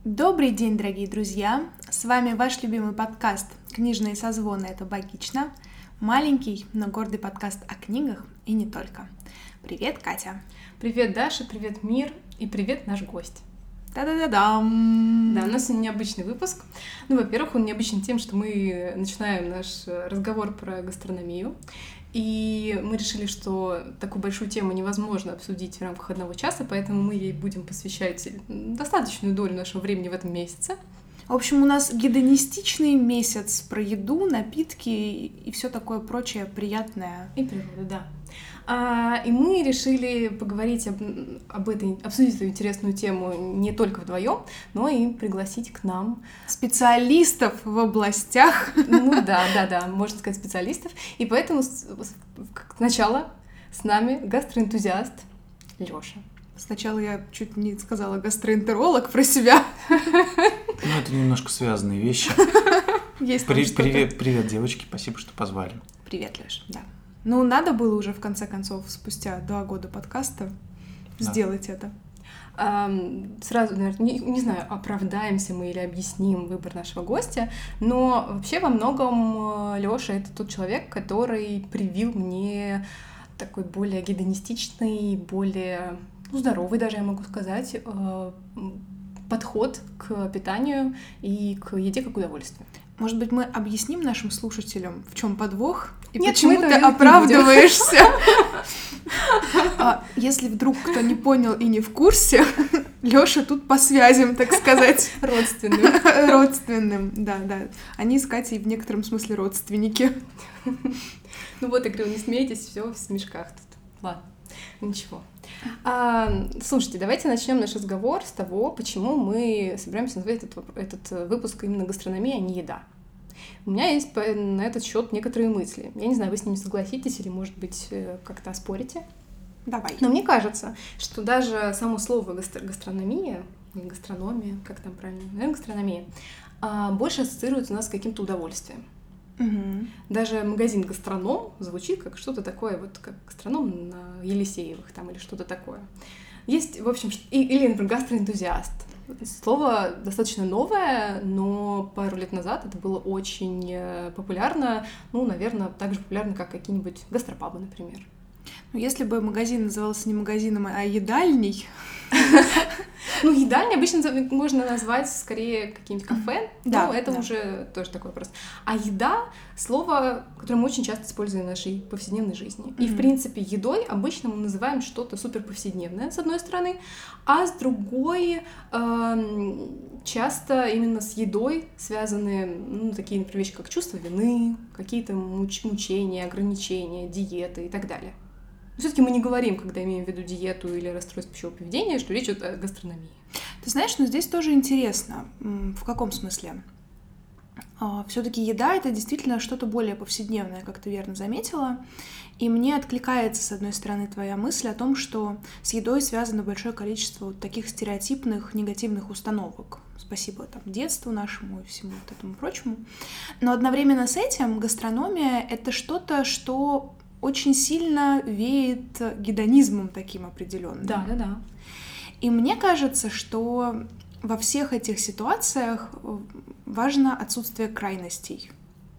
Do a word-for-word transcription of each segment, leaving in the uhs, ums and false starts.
Добрый день, дорогие друзья! С вами ваш любимый подкаст «Книжные созвоны. Это богично». Маленький, но гордый подкаст о книгах и не только. Привет, Катя! Привет, Даша, привет, мир и привет, наш гость. Та-да-да-дам! Да, у нас сегодня необычный выпуск. Ну, во-первых, он необычен тем, что мы начинаем наш разговор про гастрономию. И мы решили, что такую большую тему невозможно обсудить в рамках одного часа, поэтому мы ей будем посвящать достаточную долю нашего времени в этом месяце. В общем, у нас гедонистичный месяц про еду, напитки и все такое прочее приятное. И природу, да. А, и мы решили поговорить об, об этой, обсудить эту интересную тему не только вдвоем, но и пригласить к нам специалистов в областях. Ну да, да, да, можно сказать специалистов. И поэтому сначала с нами гастроэнтузиаст Лёша. Сначала я чуть не сказала гастроэнтеролог про себя. Ну, это немножко связанные вещи. Есть При, привет, привет, девочки, спасибо, что позвали. Привет, Лёш, да. Ну, надо было уже, в конце концов, спустя два года подкаста да. сделать это. А, сразу, наверное, не, не знаю, оправдаемся мы или объясним выбор нашего гостя, но вообще во многом Лёша — это тот человек, который привил мне такой более гедонистичный, более ну, здоровый даже, я могу сказать, подход к питанию и к еде как удовольствию. Может быть, мы объясним нашим слушателям, в чем подвох и Нет, почему ты оправдываешься? Если вдруг кто не понял и не в курсе, Лёша тут по связям, так сказать. Родственным. Родственным, да, да. Они с Катей в некотором смысле родственники. Ну вот, я говорю, не смейтесь, все в смешках тут. Ладно, ничего. А, слушайте, давайте начнем наш разговор с того, почему мы собираемся назвать этот, этот выпуск именно гастрономия, а не еда. У меня есть на этот счет некоторые мысли. Я не знаю, вы с ними согласитесь или, может быть, как-то оспорите. Давай. Но мне кажется, что даже само слово гастро- гастрономия, или гастрономия, как там правильно, наверное, гастрономия, больше ассоциируется у нас с каким-то удовольствием. Угу. Даже магазин «Гастроном» звучит как что-то такое, вот как гастроном на Елисеевых там или что-то такое. Есть, в общем, и, или, например, гастроэнтузиаст. Слово достаточно новое, но пару лет назад это было очень популярно, ну, наверное, так же популярно, как какие-нибудь гастропабы, например. Ну, если бы магазин назывался не магазином, а едальней... Ну, едальня обычно можно назвать скорее каким-нибудь кафе, да, но это да. уже тоже такой вопрос. А еда — слово, которое мы очень часто используем в нашей повседневной жизни. Mm-hmm. И, в принципе, едой обычно мы называем что-то супер повседневное, с одной стороны, а с другой э, часто именно с едой связаны ну, такие, например, вещи, как чувство вины, какие-то муч- мучения, ограничения, диеты и так далее. Все-таки мы не говорим, когда имеем в виду диету или расстройство пищевого поведения, что речь идет о гастрономии. Ты знаешь, но здесь тоже интересно. В каком смысле? Все-таки еда — это действительно что-то более повседневное, как ты верно заметила. И мне откликается, с одной стороны, твоя мысль о том, что с едой связано большое количество вот таких стереотипных, негативных установок. Спасибо там детству нашему и всему вот этому прочему. Но одновременно с этим гастрономия — это что-то, что очень сильно веет гедонизмом таким определенным. Да, да, да. И мне кажется, что во всех этих ситуациях важно отсутствие крайностей.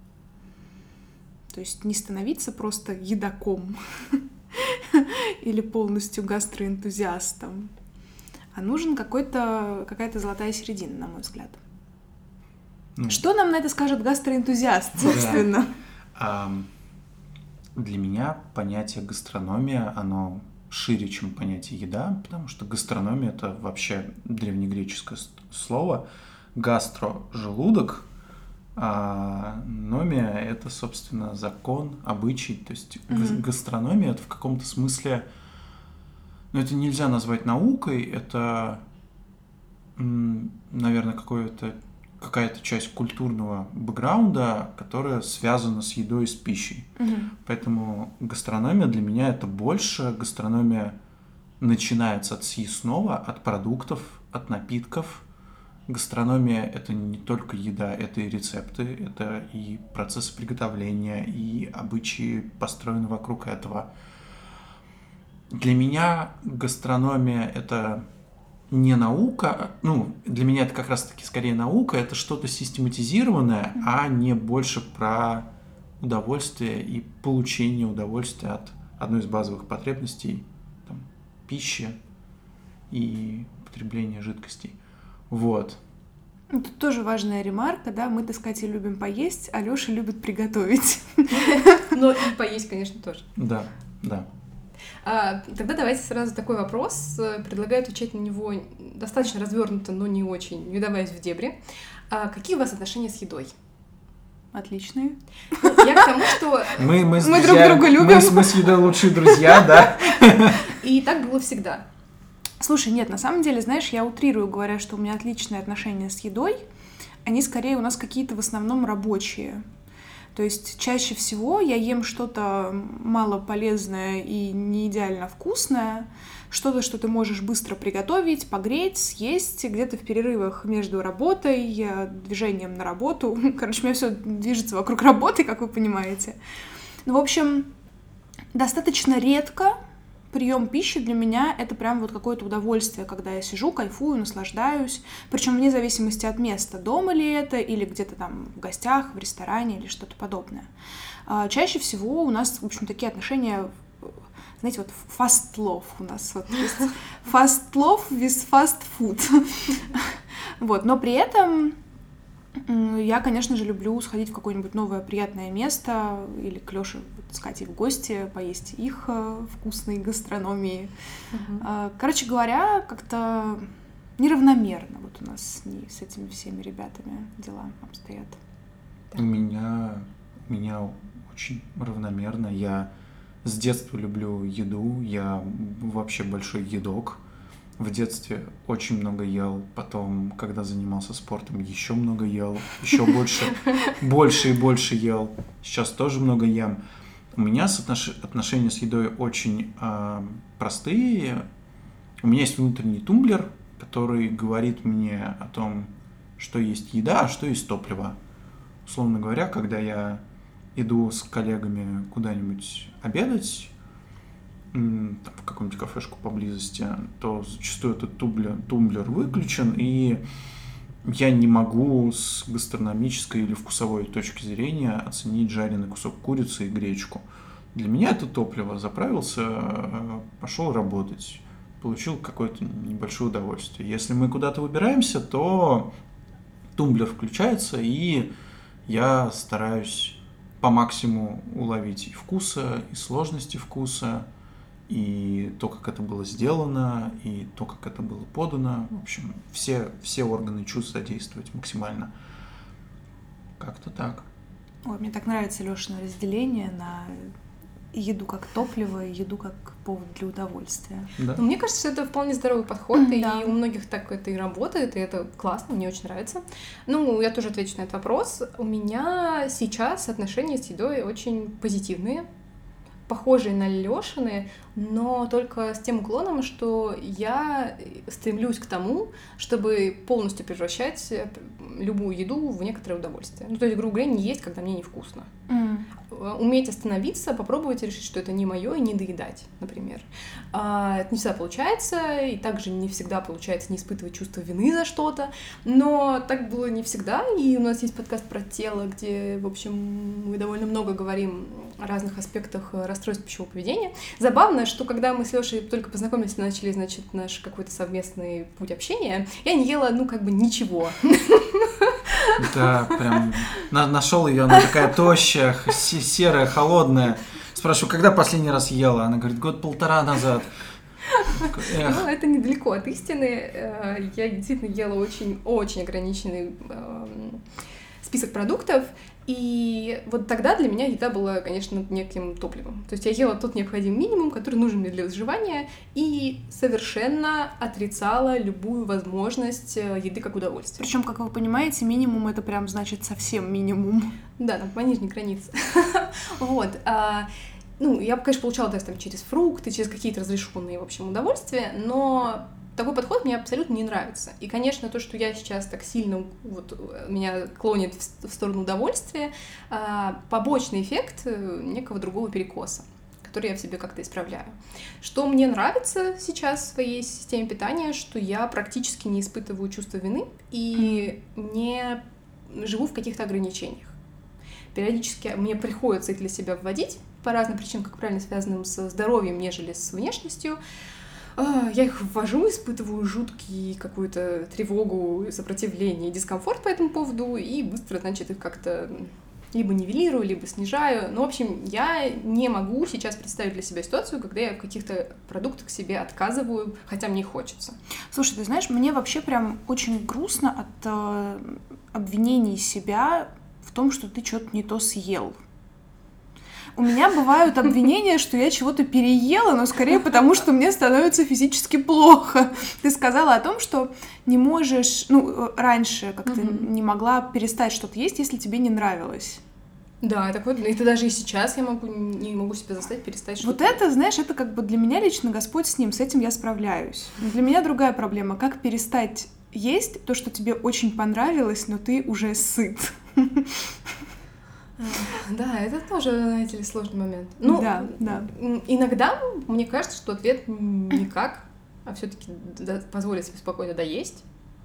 То есть не становиться просто едоком или полностью гастроэнтузиастом, а нужен какой-то, какая-то золотая середина, на мой взгляд. Ну, что нам на это скажет гастроэнтузиаст, собственно? Да. Для меня понятие гастрономия, оно шире, чем понятие еда, потому что гастрономия — это вообще древнегреческое слово. Гастро — желудок, а номия — это, собственно, закон, обычай. То есть mm-hmm. гастрономия — это в каком-то смысле... Ну, это нельзя назвать наукой, это, наверное, какое-то... какая-то часть культурного бэкграунда, которая связана с едой и с пищей. Угу. Поэтому гастрономия для меня это больше. Гастрономия начинается от съестного, от продуктов, от напитков. Гастрономия — это не только еда, это и рецепты, это и процессы приготовления, и обычаи построены вокруг этого. Для меня гастрономия — это не наука, ну, для меня это как раз-таки скорее наука, это что-то систематизированное, mm-hmm. а не больше про удовольствие и получение удовольствия от одной из базовых потребностей, там, пищи и потребления жидкостей. Вот. Тут тоже важная ремарка, да, мы-то с Катей любим поесть, а Лёша любит приготовить. Но и поесть, конечно, тоже. Да, да. А, тогда давайте сразу такой вопрос. Предлагаю отвечать на него достаточно развернуто, но не очень, не вдаваясь в дебри. А какие у вас отношения с едой? Отличные. Ну, я к тому, что... Мы, мы, мы друзья, друг друга любим. Мы, мы с едой лучшие друзья, да? И так было всегда. Слушай, нет, на самом деле, знаешь, я утрирую, говоря, что у меня отличные отношения с едой. Они скорее у нас какие-то в основном рабочие. То есть чаще всего я ем что-то малополезное и не идеально вкусное, что-то, что ты можешь быстро приготовить, погреть, съесть, где-то в перерывах между работой, движением на работу. Короче, у меня все движется вокруг работы, как вы понимаете. Ну, в общем, достаточно редко прием пищи для меня — это прям вот какое-то удовольствие, когда я сижу, кайфую, наслаждаюсь, причем вне зависимости от места, дома ли это, или где-то там в гостях, в ресторане или что-то подобное. Чаще всего у нас, в общем, такие отношения, знаете, вот fast love у нас, вот fast love with fast food. Вот, но при этом я, конечно же, люблю сходить в какое-нибудь новое приятное место или к Лёше с Катей в гости, поесть их вкусной гастрономии. Uh-huh. Короче говоря, как-то неравномерно вот у нас с этими всеми ребятами дела обстоят. У меня, у меня очень равномерно. Я с детства люблю еду, я вообще большой едок. В детстве очень много ел, потом, когда занимался спортом, еще много ел, еще больше, больше и больше ел. Сейчас тоже много ем. У меня отношения с едой очень э, простые. У меня есть внутренний тумблер, который говорит мне о том, что есть еда, а что есть топливо. Условно говоря, когда я иду с коллегами куда-нибудь обедать, там, в какую-нибудь кафешку поблизости, то зачастую этот тумблер, тумблер выключен, и я не могу с гастрономической или вкусовой точки зрения оценить жареный кусок курицы и гречку. Для меня это топливо. Заправился, пошел работать, получил какое-то небольшое удовольствие. Если мы куда-то выбираемся, то тумблер включается, и я стараюсь по максимуму уловить и вкуса, и сложности вкуса, и то, как это было сделано, и то, как это было подано. В общем, все, все органы чувств задействовать максимально. Как-то так. Ой, мне так нравится Лёшино разделение на еду как топливо и еду как повод для удовольствия. Да. Ну, мне кажется, это вполне здоровый подход, Да. и у многих так это и работает, и это классно, мне очень нравится. Ну, я тоже отвечу на этот вопрос. У меня сейчас отношения с едой очень позитивные, похожие на Лёшины, но только с тем уклоном, что я стремлюсь к тому, чтобы полностью превращать любую еду в некоторое удовольствие. Ну, то есть, грубо говоря, не есть, когда мне невкусно. Mm. Уметь остановиться, попробовать решить, что это не мое, и не доедать, например. А, это не всегда получается, и также не всегда получается не испытывать чувство вины за что-то, но так было не всегда, и у нас есть подкаст про тело, где, в общем, мы довольно много говорим о разных аспектах расстройств пищевого поведения. Забавно, что когда мы с Лёшей только познакомились и начали, значит, наш какой-то совместный путь общения, я не ела, ну, как бы ничего. Да, прям нашел ее, она такая тощая, серая, холодная. Спрашиваю, когда последний раз ела? Она говорит, год-полтора назад. Эх. Ну, это недалеко от истины. Я действительно ела очень-очень ограниченный список продуктов, и вот тогда для меня еда была, конечно, неким топливом. То есть я ела тот необходимый минимум, который нужен мне для выживания, и совершенно отрицала любую возможность еды как удовольствие. Причем, как вы понимаете, минимум — это прям значит совсем минимум. Да, там по нижней границе. Вот. Ну, я, конечно, получала тест там через фрукты, через какие-то разрешенные, в общем, удовольствия, но такой подход мне абсолютно не нравится. И, конечно, то, что я сейчас так сильно вот, меня клонит в сторону удовольствия, побочный эффект некого другого перекоса, которые я в себе как-то исправляю. Что мне нравится сейчас в своей системе питания, что я практически не испытываю чувство вины и не живу в каких-то ограничениях. Периодически мне приходится их для себя вводить по разным причинам, как правильно связанным со здоровьем, нежели с внешностью. Я их ввожу, испытываю жуткий какую-то тревогу, сопротивление, дискомфорт по этому поводу, и быстро, значит, их как-то либо нивелирую, либо снижаю. Ну, в общем, я не могу сейчас представить для себя ситуацию, когда я в каких-то продуктах себе отказываю, хотя мне хочется. Слушай, ты знаешь, мне вообще прям очень грустно от э, обвинений себя в том, что ты что-то не то съел. У меня бывают обвинения, что я чего-то переела, но скорее потому, что мне становится физически плохо. Ты сказала о том, что не можешь, ну, раньше как-то mm-hmm. не могла перестать что-то есть, если тебе не нравилось. Да, так вот, это даже и сейчас я могу, не могу себя заставить перестать что-то. Вот это, знаешь, это как бы для меня лично Господь с ним, с этим я справляюсь. Но для меня другая проблема, как перестать есть то, что тебе очень понравилось, но ты уже сыт. Да, это тоже, знаете ли, сложный момент. Ну, да, да. Иногда мне кажется, что ответ никак, а все-таки позволить себе спокойно доесть.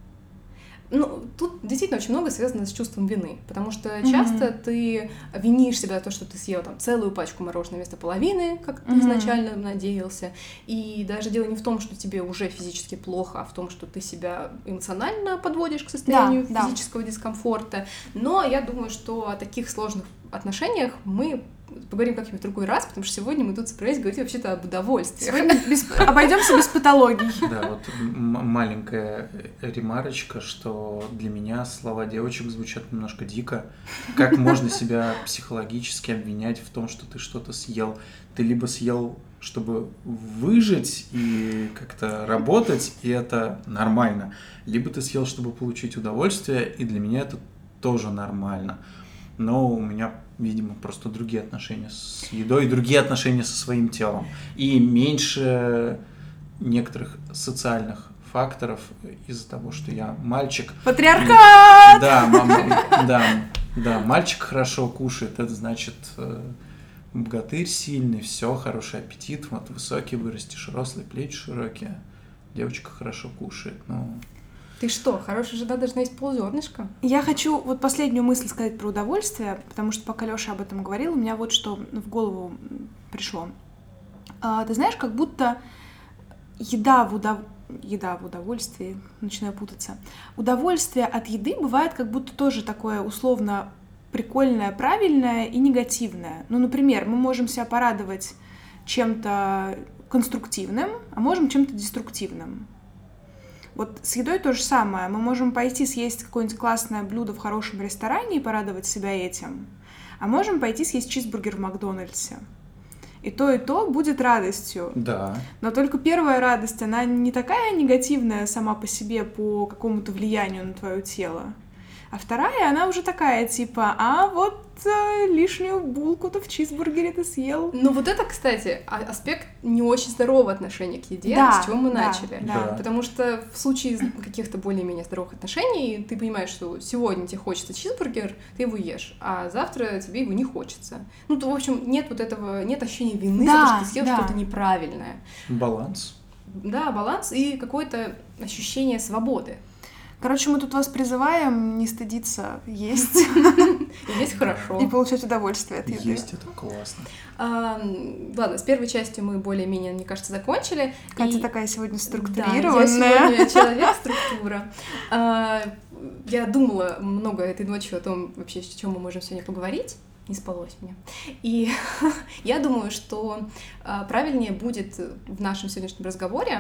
Ну, тут действительно очень много связано с чувством вины, потому что mm-hmm. часто ты винишь себя за то, что ты съел там целую пачку мороженого вместо половины, как ты mm-hmm. изначально надеялся, и даже дело не в том, что тебе уже физически плохо, а в том, что ты себя эмоционально подводишь к состоянию да, физического да. дискомфорта, но я думаю, что о таких сложных отношениях мы поговорим как-нибудь в другой раз, потому что сегодня мы тут собрались говорить вообще-то об удовольствии. Без... Обойдемся без патологий. Да, вот м- маленькая ремарочка, что для меня слова девочек звучат немножко дико. Как можно себя психологически обвинять в том, что ты что-то съел? Ты либо съел, чтобы выжить и как-то работать, и это нормально, либо ты съел, чтобы получить удовольствие, и для меня это тоже нормально. Но у меня, видимо, просто другие отношения с едой, другие отношения со своим телом. И меньше некоторых социальных факторов из-за того, что я мальчик. Патриархат! Да, мама, да, да, мальчик хорошо кушает, это значит богатырь сильный, все, хороший аппетит, вот высокий вырастешь, рослый, плечи широкие, девочка хорошо кушает, ну... Ты что, хорошая жена должна есть ползернышка? Я хочу вот последнюю мысль сказать про удовольствие, потому что пока Лёша об этом говорил, у меня вот что в голову пришло. А, ты знаешь, как будто еда в, удов... еда в удовольствии, начинаю путаться, удовольствие от еды бывает как будто тоже такое условно прикольное, правильное и негативное. Ну, например, мы можем себя порадовать чем-то конструктивным, а можем чем-то деструктивным. Вот с едой то же самое. Мы можем пойти съесть какое-нибудь классное блюдо в хорошем ресторане и порадовать себя этим, а можем пойти съесть чизбургер в Макдональдсе. И то, и то будет радостью. Да. Но только первая радость, она не такая негативная сама по себе по какому-то влиянию на твое тело. А вторая, она уже такая, типа, а вот э, лишнюю булку-то в чизбургере ты съел. Ну вот это, кстати, аспект не очень здорового отношения к еде, да, с чего мы да, начали. Да. Потому что в случае каких-то более-менее здоровых отношений ты понимаешь, что сегодня тебе хочется чизбургер, ты его ешь, а завтра тебе его не хочется. Ну, то, в общем, нет вот этого, нет ощущения вины да, за то, что ты съел да. что-то неправильное. Баланс. Да, баланс и какое-то ощущение свободы. Короче, мы тут вас призываем не стыдиться есть. Есть хорошо. И получать удовольствие от еды. Есть это классно. А, ладно, с первой частью мы более-менее, мне кажется, закончили. Катя и... такая сегодня Да, структурированная. я сегодня человек-структура. А, я думала много этой ночью о том, вообще, о чем мы можем сегодня поговорить. Не спалось мне. И я думаю, что а, правильнее будет в нашем сегодняшнем разговоре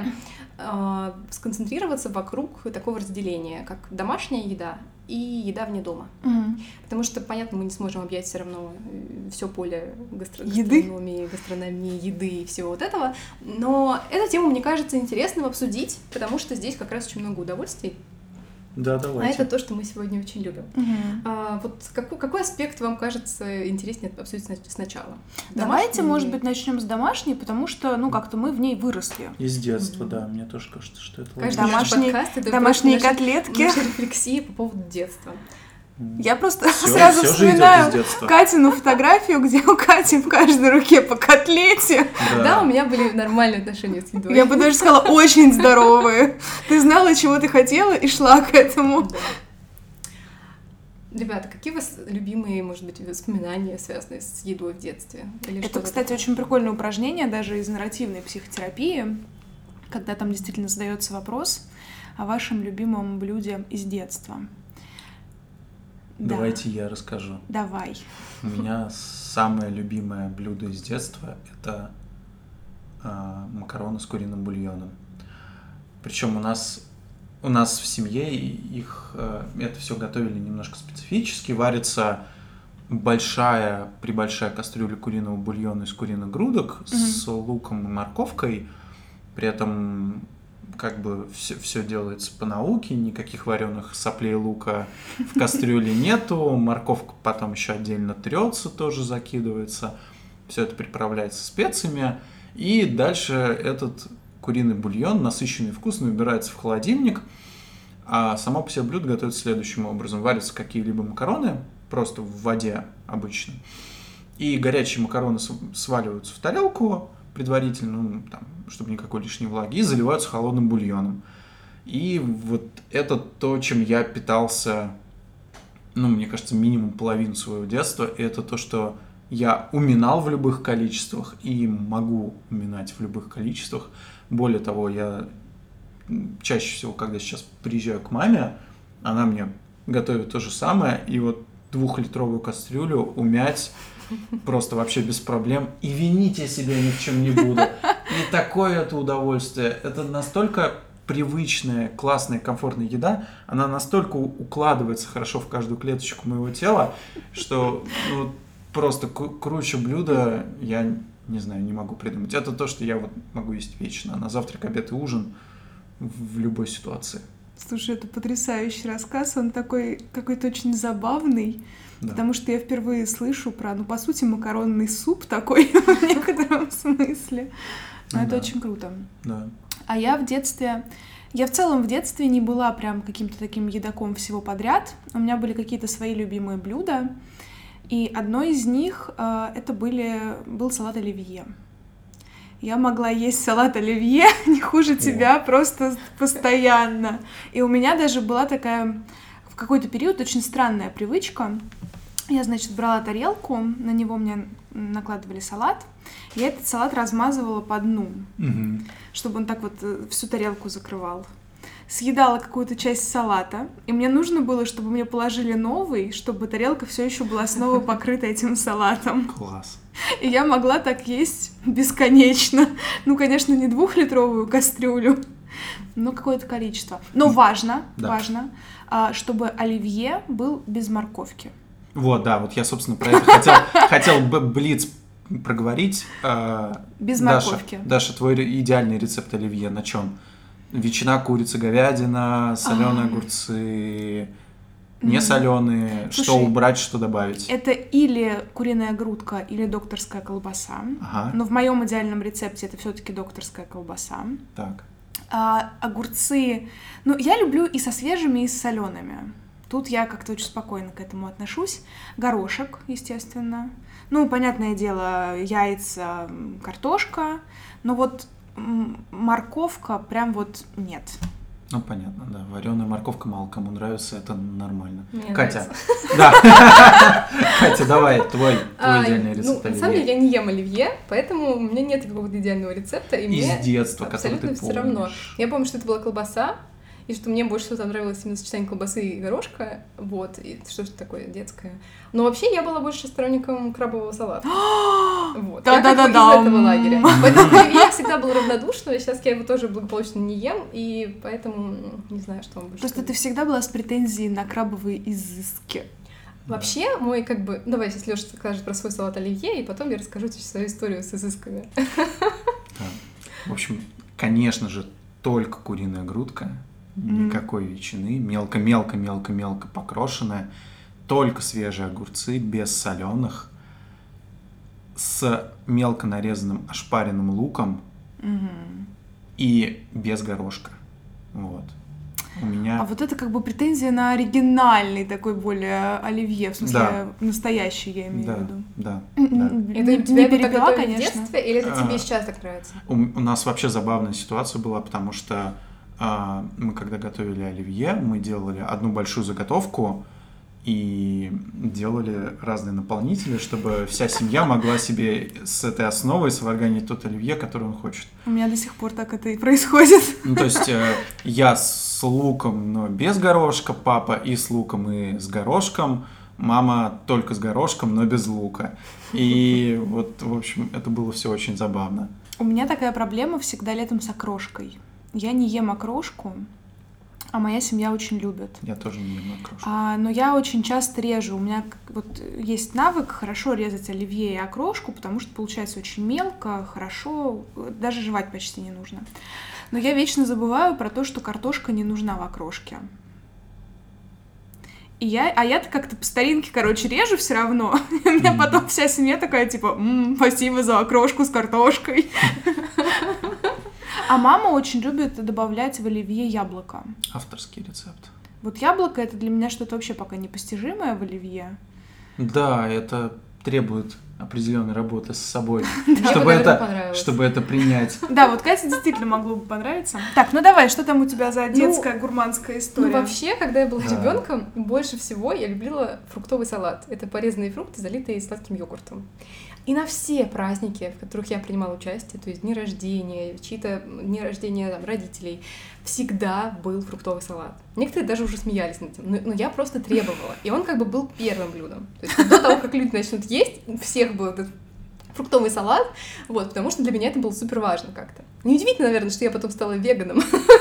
а, сконцентрироваться вокруг такого разделения, как домашняя еда и еда вне дома. Mm. Потому что, понятно, мы не сможем объять все равно все поле гастро- еды? гастрономии, гастрономии, еды и всего вот этого. Но эту тему, мне кажется, интересным обсудить, потому что здесь как раз очень много удовольствий. Да, давайте. А это то, что мы сегодня очень любим. Угу. А, вот какой, какой аспект вам кажется интереснее обсудить сначала? Давайте, Домашний? может быть, начнем с домашней, потому что, ну, как-то мы в ней выросли. Из детства, Mm-hmm. да. Мне тоже кажется, что это Каждый логично. наш Домашние- подкаст — это домашние просто котлетки. Наша, наша рефлексия по поводу детства. Я просто Всё- сразу всё же идёт из вспоминаю детства. Катину фотографию, где у Кати в каждой руке по котлете. Да, у меня были нормальные отношения с едой. Я бы даже сказала, очень здоровые. Ты знала, чего ты хотела, и шла к этому. Да. Ребята, какие у вас любимые, может быть, воспоминания, связанные с едой в детстве? Или Это, что-то кстати, такое? очень прикольное упражнение даже из нарративной психотерапии, когда там действительно задается вопрос о вашем любимом блюде из детства. Да. Давайте я расскажу. Давай. У меня самое любимое блюдо из детства — это а, макароны с куриным бульоном. Причем у нас у нас в семье их а, это все готовили немножко специфически. Варится большая прибольшая кастрюля куриного бульона из куриных грудок Мгм. с луком и морковкой. При этом как бы все, все делается по науке, никаких вареных соплей лука в кастрюле нету, морковка потом еще отдельно трется, тоже закидывается, все это приправляется специями, и дальше этот куриный бульон, насыщенный вкусный, убирается в холодильник, а само по себе блюдо готовится следующим образом. Варятся какие-либо макароны, просто в воде обычно, и горячие макароны с- сваливаются в тарелку, предварительно, ну, там, чтобы никакой лишней влаги, и заливаются холодным бульоном. И вот это то, чем я питался, ну, мне кажется, минимум половину своего детства. Это то, что я уминал в любых количествах и могу уминать в любых количествах. Более того, я чаще всего, когда сейчас приезжаю к маме, она мне готовит то же самое, и вот двухлитровую кастрюлю умять просто вообще без проблем. И винить я себя ни в чем не буду. И такое это удовольствие. Это настолько привычная, классная, комфортная еда. Она настолько у- укладывается хорошо в каждую клеточку моего тела, что ну, просто кру- круче блюда я не знаю, не могу придумать. Это то, что я вот могу есть вечно. На завтрак, обед и ужин в в любой ситуации. Слушай, это потрясающий рассказ, он такой какой-то очень забавный, Да. потому что я впервые слышу про, ну, по сути, макаронный суп такой в некотором смысле. Но это Да. очень круто. Да. А я в детстве... Я в целом в детстве не была прям каким-то таким едоком всего подряд. У меня были какие-то свои любимые блюда. И одно из них э, это были, был салат оливье. Я могла есть салат оливье не хуже тебя просто постоянно. И у меня даже была такая в какой-то период очень странная привычка. Я, значит, брала тарелку, на него мне накладывали салат. Я этот салат размазывала по дну, Мгм. чтобы он так вот э, всю тарелку закрывал. Съедала какую-то часть салата, и мне нужно было, чтобы мне положили новый, чтобы тарелка все еще была снова покрыта этим салатом. Класс. И я могла так есть бесконечно. Ну, конечно, не двухлитровую кастрюлю, но какое-то количество. Но важно, Да. важно, а, чтобы оливье был без морковки. Вот, да, вот я, собственно, про это хотел, хотел бы блиц проговорить. А, Без Даша, морковки. Даша, твой ре- идеальный рецепт оливье на чем? Ветчина, курица, говядина, соленые А. огурцы, не М. соленые. Что Слушай, убрать, что добавить? Это или куриная грудка, или докторская колбаса. Ага, Но в моем идеальном рецепте это все-таки докторская колбаса. так. А, огурцы. Ну, я люблю и со свежими, и с солеными. Тут я как-то очень спокойно к этому отношусь. Горошек, естественно. Ну, понятное дело, яйца, м, картошка. Но вот м, морковка прям вот нет. Ну, понятно, да. Вареная морковка мало кому нравится, это нормально. Мне Катя, нравится. да. Катя, давай, твой, твой А, идеальный ну, рецепт на самом деле оливье. я не ем оливье, поэтому у меня нет какого-то идеального рецепта. И мне Из детства, который абсолютно ты все равно. помнишь. Я помню, что это была колбаса, и что мне больше всего там нравилось именно сочетание колбасы и горошка, вот, и что-то такое детское. Но вообще я была больше сторонником крабового салата. Вот. Я как бы из Да-да-да-дам. этого лагеря. Поэтому к оливье я всегда была равнодушна, сейчас я его тоже благополучно не ем, и поэтому м, не знаю, что вам больше Просто сказать. ты всегда была с претензией на крабовые изыски. Вообще, мой как бы... Давай сейчас Лёша скажет про свой салат оливье, и потом я расскажу тебе свою историю с изысками. Да. В общем, конечно же, только куриная грудка, Мгм. никакой ветчины, мелко-мелко-мелко-мелко покрошенная, только свежие огурцы, без соленых, с мелко нарезанным ошпаренным луком Мгм. и без горошка. Вот. У меня... А вот это как бы претензия на оригинальный такой более оливье, в смысле Да. настоящий, я имею Да, в виду. да, Н- да. н- Это Не у тебя не это так перепела, готовили в конечно. детстве, или это тебе А. сейчас так нравится? У, у нас вообще забавная ситуация была, потому что а, мы когда готовили оливье, мы делали одну большую заготовку и делали разные наполнители, чтобы вся семья могла себе с этой основой сварганить тот оливье, который он хочет. У меня до сих пор так это и происходит. Ну, то есть э, я с луком, но без горошка, папа и с луком, и с горошком, мама только с горошком, но без лука. И вот, в общем, это было все очень забавно. У меня такая проблема всегда летом с окрошкой. Я не ем окрошку, а моя семья очень любит. Я тоже не ем окрошку. А, но я очень часто режу. У меня к- вот есть навык хорошо резать оливье и окрошку, потому что получается очень мелко, хорошо, э, даже жевать почти не нужно. Но я вечно забываю про то, что картошка не нужна в окрошке. И я, а я-то как-то по старинке, короче, режу все равно. И у меня Мгм. потом вся семья такая, типа, «М, спасибо за окрошку с картошкой». А мама очень любит добавлять в оливье яблоко. Авторский рецепт. Вот яблоко — это для меня что-то вообще пока непостижимое в оливье. Да, это требует определенной работы с собой, Мне бы, чтобы наверное, это, понравилось. чтобы это принять. Да, вот Кате действительно могло бы понравиться. Так, ну давай, что там у тебя за Ну, детская гурманская история? Ну, вообще, когда я была Да. ребенком, больше всего я любила фруктовый салат. Это порезанные фрукты, залитые сладким йогуртом. И на все праздники, в которых я принимала участие, то есть дни рождения, чьи-то дни рождения там, родителей, всегда был фруктовый салат. Некоторые даже уже смеялись над этим, но, но я просто требовала. И он как бы был первым блюдом. То есть до того, как люди начнут есть, у всех был этот фруктовый салат, вот, потому что для меня это было супер важно как-то. Неудивительно, наверное, что я потом стала веганом.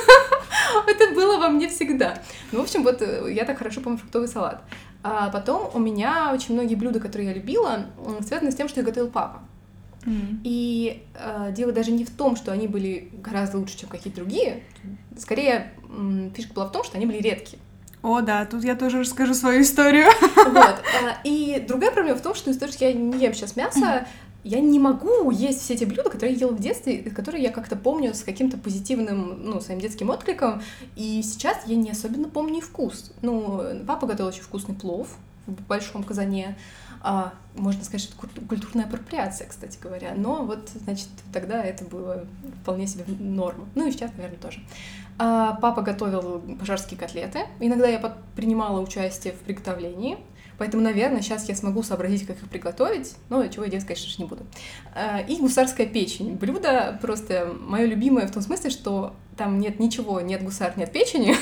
Это было во мне всегда. Ну, в общем, вот э, я так хорошо помню фруктовый салат. А потом у меня очень многие блюда, которые я любила, м, связаны с тем, что их готовил папа. М. И э, дело даже не в том, что они были гораздо лучше, чем какие-то другие. Скорее, м, фишка была в том, что они были редкие. О, да, тут я тоже расскажу свою историю. Вот. а, И другая проблема в том, что из-за того, что я не ем сейчас мясо, я не могу есть все эти блюда, которые я ела в детстве, и которые я как-то помню с каким-то позитивным, ну, своим детским откликом. И сейчас я не особенно помню и вкус. Ну, папа готовил очень вкусный плов в большом казане. А, можно сказать, что это куль- культурная апроприация, кстати говоря. Но вот, значит, тогда это было вполне себе норма. Ну и сейчас, наверное, тоже. А, папа готовил пожарские котлеты. Иногда я под- принимала участие в приготовлении. Поэтому, наверное, сейчас я смогу сообразить, как их приготовить, но чего я делать, конечно же, не буду. А, И гусарская печень. Блюдо просто мое любимое в том смысле, что там нет ничего, нет гусар, нет печени.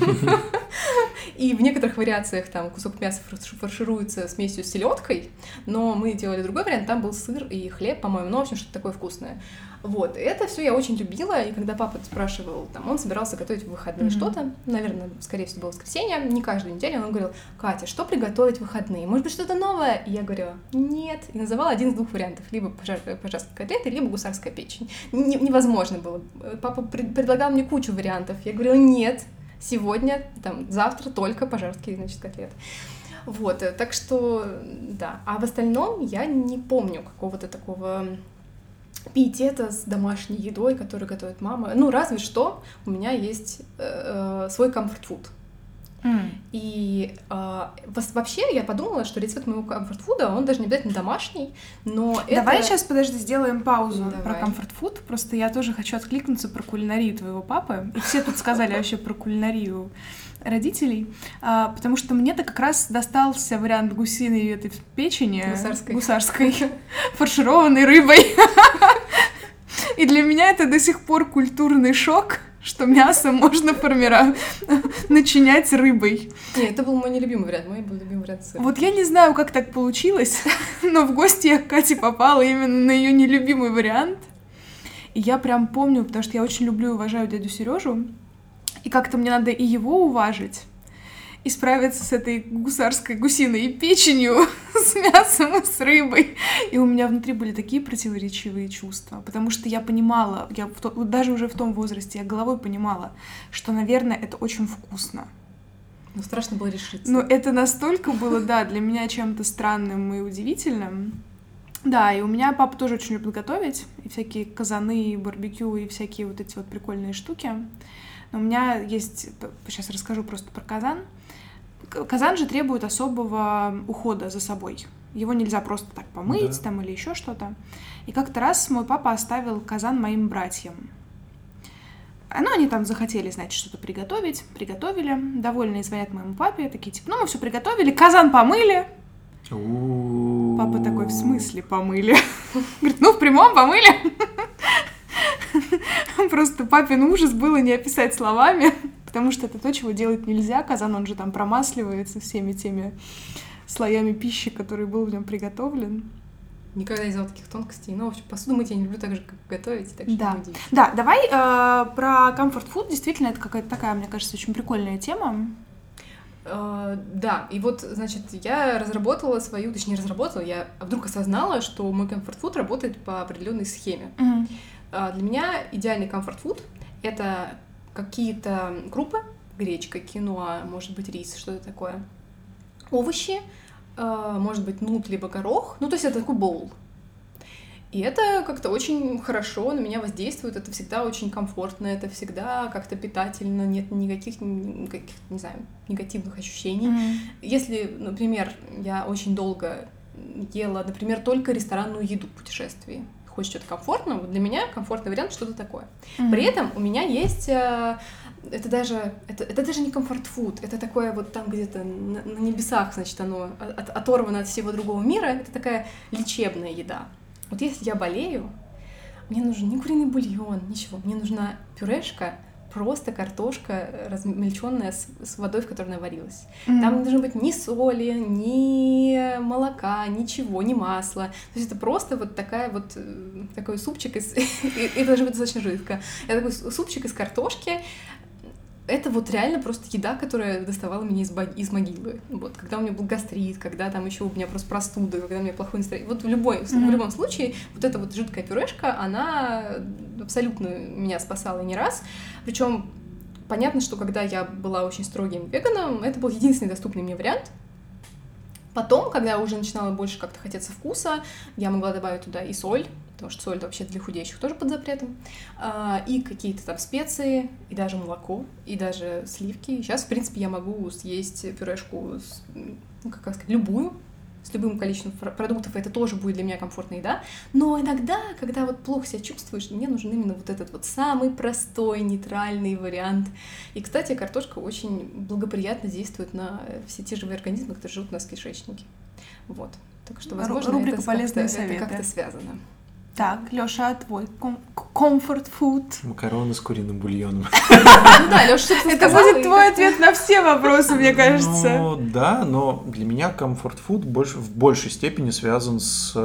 И в некоторых вариациях там кусок мяса фарш- фаршируется смесью с селедкой, но мы делали другой вариант, там был сыр и хлеб, по-моему, ну, в общем, что-то такое вкусное. Вот, это все я очень любила, и когда папа спрашивал, там, он собирался готовить в выходные Мгм. что-то, наверное, скорее всего, было воскресенье, не каждую неделю, он говорил: Катя, что приготовить в выходные? Может быть, что-то новое? И я говорю: нет, и называла один из двух вариантов, либо пожар, пожарские котлеты, либо гусарская печень. Не- невозможно было. Папа пред- предлагал мне кучу вариантов, я говорила: нет, сегодня, там, завтра только пожарские, значит, котлеты. Вот, э, так что, да. А в остальном я не помню какого-то такого пиетета с домашней едой, которую готовит мама. Ну, разве что у меня есть э, э, свой комфорт-фуд. М. И э, вос- вообще я подумала, что рецепт моего комфорт-фуда, он даже не обязательно домашний, но Давай это... сейчас, подожди, сделаем паузу Давай. про комфорт-фуд. Просто я тоже хочу откликнуться про кулинарию твоего папы. И все тут сказали вообще про кулинарию родителей, а, потому что мне-то как раз достался вариант гусиной этой печени Гусарской. гусарской, фаршированной рыбой. И для меня это до сих пор культурный шок, что мясо можно формировать, начинять рыбой. Нет, это был мой нелюбимый вариант, мой был любимый вариант сыр. Вот я не знаю, как так получилось, но в гости я к Кате попала именно на ее нелюбимый вариант. И я прям помню, потому что я очень люблю и уважаю дядю Сережу, и как-то мне надо и его уважить, и справиться с этой гусарской гусиной печенью, с мясом и с рыбой. И у меня внутри были такие противоречивые чувства, потому что я понимала, я в то- вот даже уже в том возрасте, я головой понимала, что, наверное, это очень вкусно. Но страшно было решиться. Но это настолько было, да, для меня чем-то странным и удивительным. Да, и у меня папа тоже очень любит готовить, и всякие казаны, и барбекю, и всякие вот эти вот прикольные штуки. Но у меня есть... Сейчас расскажу просто про казан. Казан же требует особого ухода за собой. Его нельзя просто так помыть, да, там или еще что-то. И как-то раз мой папа оставил казан моим братьям. Ну, они там захотели, значит, что-то приготовить. Приготовили. Довольные звонят моему папе. Такие, типа, ну, мы все приготовили, казан помыли. У-у-у. Папа такой, в смысле помыли? Говорит, ну, в прямом помыли. Просто папин ужас было не описать словами, потому что это то, чего делать нельзя. Казан, он же там промасливается всеми теми слоями пищи, который был в нем приготовлен. Никогда не знала таких тонкостей. Но, в общем, посуду мыть я не люблю так же, как готовить. Так что да. да, давай э, про comfort food. Действительно, это какая-то такая, мне кажется, очень прикольная тема. Uh, да, и вот, значит, я разработала свою, точнее, разработала, я вдруг осознала, что мой комфорт-фуд работает по определенной схеме. Mm-hmm. Uh, для меня идеальный комфорт-фуд — это какие-то крупы, гречка, киноа, может быть, рис, что-то такое, овощи, uh, может быть, нут, либо горох, ну, то есть это такой боул. И это как-то очень хорошо на меня воздействует, это всегда очень комфортно, это всегда как-то питательно, нет никаких, никаких не знаю, негативных ощущений. Mm-hmm. Если, например, я очень долго ела, например, только ресторанную еду в путешествии, хочешь что-то комфортного, для меня комфортный вариант что-то такое. Mm-hmm. При этом у меня есть... Это даже, это, это даже не комфорт-фуд, это такое вот там где-то на, на небесах, значит, оно от, оторвано от всего другого мира, это такая лечебная еда. Вот если я болею, мне нужен не куриный бульон, ничего. Мне нужна пюрешка, просто картошка размельченная с, с водой, в которой она варилась. Mm-hmm. Там не должно быть ни соли, ни молока, ничего, ни масла. То есть это просто вот такая вот, такой супчик из... Это должно быть достаточно жидко. Это такой супчик из картошки. Это вот реально просто еда, которая доставала меня из, бог... из могилы. Вот, когда у меня был гастрит, когда там еще у меня просто простуда, когда у меня плохое настроение. Вот в, любой, mm-hmm. в любом случае вот эта вот жидкая пюрешка, она абсолютно меня спасала не раз. Причем понятно, что когда я была очень строгим веганом, это был единственный доступный мне вариант. Потом, когда уже начинала больше как-то хотеться вкуса, я могла добавить туда и соль, потому что соль вообще для худеющих тоже под запретом, и какие-то там специи, и даже молоко, и даже сливки. Сейчас, в принципе, я могу съесть пюрешку, с, ну, как сказать, любую, с любым количеством продуктов, это тоже будет для меня комфортная еда. Но иногда, когда вот плохо себя чувствуешь, мне нужен именно вот этот вот самый простой, нейтральный вариант. И, кстати, картошка очень благоприятно действует на все те живые организмы, которые живут у нас в кишечнике. Вот. Так что, возможно, Рубрика это «Полезные как-то, советы». это как-то связано. Так, Лёша, а твой comfort food? Макароны с куриным бульоном. Да, Лёша, что ты Это будет твой ответ на все вопросы, мне кажется. Ну, да, но для меня comfort food больше, в большей степени связан с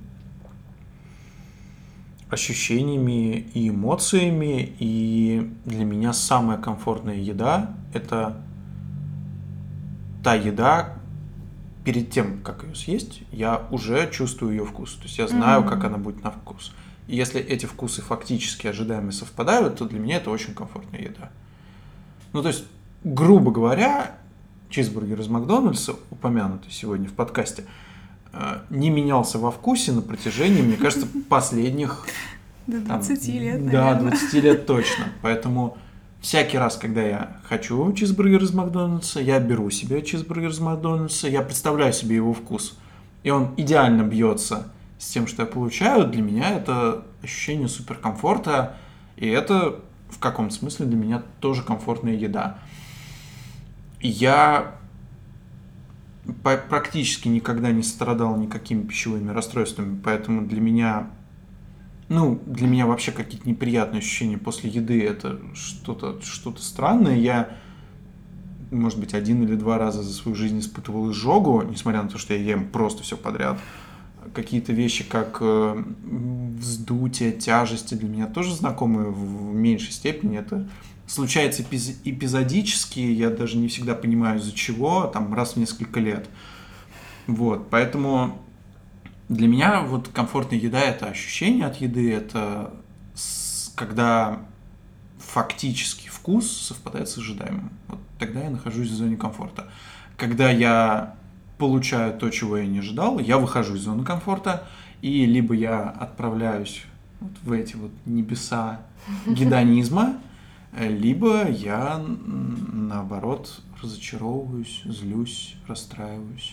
ощущениями и эмоциями, и для меня самая комфортная еда — это та еда, перед тем, как ее съесть, я уже чувствую ее вкус. То есть я знаю, mm-hmm. как она будет на вкус. И если эти вкусы фактически ожидаемо совпадают, то для меня это очень комфортная еда. Ну, то есть, грубо говоря, чизбургер из Макдональдса, упомянутый сегодня в подкасте, не менялся во вкусе на протяжении, мне кажется, последних... До двадцати лет, наверное. Да, двадцати лет точно. Поэтому... Всякий раз, когда я хочу чизбургер из Макдональдса, я беру себе чизбургер из Макдональдса, я представляю себе его вкус, и он идеально бьется с тем, что я получаю. Для меня это ощущение суперкомфорта, и это в каком-то смысле для меня тоже комфортная еда. И я практически никогда не страдал никакими пищевыми расстройствами, поэтому для меня... Ну, для меня вообще какие-то неприятные ощущения после еды — это что-то, что-то странное. Я, может быть, один или два раза за свою жизнь испытывал изжогу, несмотря на то, что я ем просто все подряд. Какие-то вещи, как вздутие, тяжести, для меня тоже знакомы в меньшей степени. Это случается эпизодически, я даже не всегда понимаю, из-за чего, там, раз в несколько лет. Вот, поэтому... Для меня вот комфортная еда — это ощущение от еды, это когда фактически вкус совпадает с ожидаемым. Вот тогда я нахожусь в зоне комфорта. Когда я получаю то, чего я не ожидал, я выхожу из зоны комфорта, и либо я отправляюсь вот в эти вот небеса гедонизма, Либо я, наоборот, разочаровываюсь, злюсь, расстраиваюсь.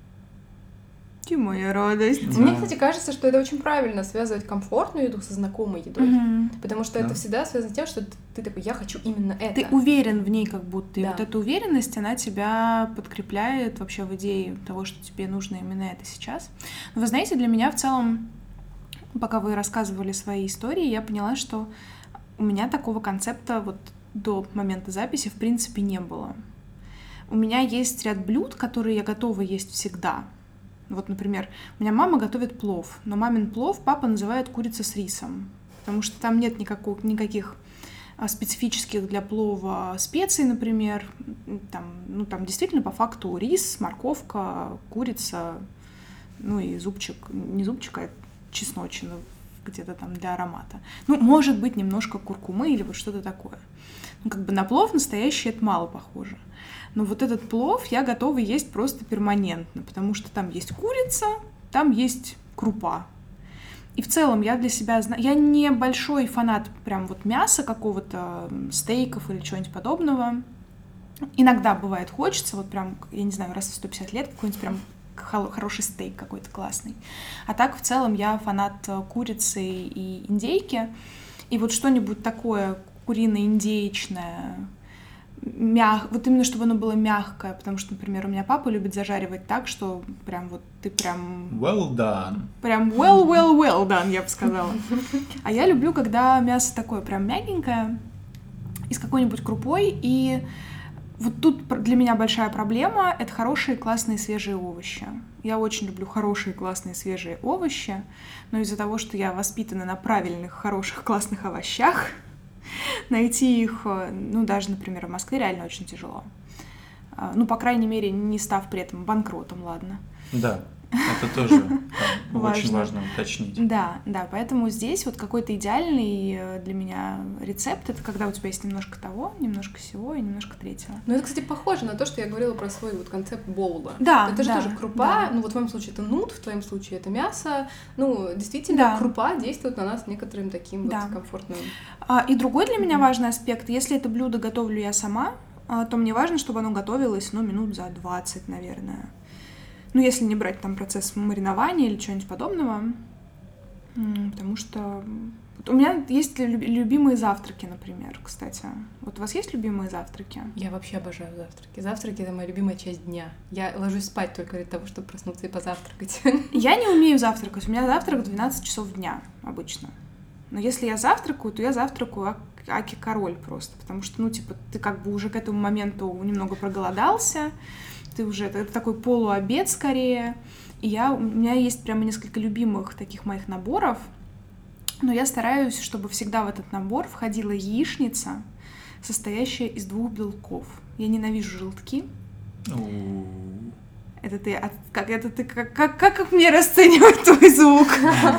Ты моя радость. Да. Мне, кстати, кажется, что это очень правильно связывать комфортную еду со знакомой едой. Мгм. Потому что Да. это всегда связано с тем, что ты, ты такой, я хочу именно это. Ты уверен в ней как будто. И Да. вот эта уверенность, она тебя подкрепляет вообще в идее того, что тебе нужно именно это сейчас. Но вы знаете, для меня в целом, пока вы рассказывали свои истории, я поняла, что у меня такого концепта вот до момента записи в принципе не было. У меня есть ряд блюд, которые я готова есть всегда. Вот, например, у меня мама готовит плов, но мамин плов папа называет курица с рисом, потому что там нет никакого, никаких а, специфических для плова специй, например. Там, ну, там действительно по факту рис, морковка, курица, ну и зубчик, не зубчик, а чесночина где-то там для аромата. Ну, может быть, немножко куркумы или вот что-то такое. Ну, как бы на плов настоящий это мало похоже. Но вот этот плов я готова есть просто перманентно, потому что там есть курица, там есть крупа. И в целом я для себя знаю... Я не большой фанат прям вот мяса какого-то, стейков или чего-нибудь подобного. Иногда бывает хочется, вот прям, я не знаю, раз в сто пятьдесят лет какой-нибудь прям хороший стейк какой-то классный. А так в целом я фанат курицы и индейки. И вот что-нибудь такое курино-индеечное, мяг... вот именно чтобы оно было мягкое, потому что, например, у меня папа любит зажаривать так, что прям вот ты прям... Well done. Прям well, well, well done, я бы сказала. А я люблю, когда мясо такое прям мягенькое и с какой-нибудь крупой, и вот тут для меня большая проблема — это хорошие, классные, свежие овощи. Я очень люблю хорошие, классные, свежие овощи, но из-за того, что я воспитана на правильных, хороших, классных овощах, найти их, ну, даже, например, в Москве реально очень тяжело. Ну, по крайней мере, не став при этом банкротом, ладно. Да, это тоже да, очень Важно. важно уточнить. Да, да, поэтому здесь вот какой-то идеальный для меня рецепт — это когда у тебя есть немножко того, немножко всего и немножко третьего. Ну, это, кстати, похоже на то, что я говорила про свой вот концепт боула. Да, Это же да, тоже крупа, да. ну, вот в моем случае это нут, в твоем случае это мясо. Ну, действительно, Да. крупа действует на нас некоторым таким Да. вот комфортным. А, И другой для меня важный аспект: если это блюдо готовлю я сама, а, то мне важно, чтобы оно готовилось, ну, минут за двадцать, наверное. Ну, если не брать там процесс маринования или чего-нибудь подобного, М, потому что вот у меня есть лю- любимые завтраки, например, кстати. Вот у вас есть любимые завтраки? Я вообще обожаю завтраки. Завтраки — это моя любимая часть дня. Я ложусь спать только ради того, чтобы проснуться и позавтракать. Я не умею завтракать. У меня завтрак в двенадцать часов дня обычно. Но если я завтракаю, то я завтракаю ак- аки король просто. Потому что, ну, типа, ты как бы уже к этому моменту немного проголодался, ты уже... Это такой полуобед скорее. И я, у меня есть прямо несколько любимых таких моих наборов. Но я стараюсь, чтобы всегда в этот набор входила яичница, состоящая из двух белков. Я ненавижу желтки. У, Это ты... от- Как, это ты... Как, как, как мне расценивать твой звук?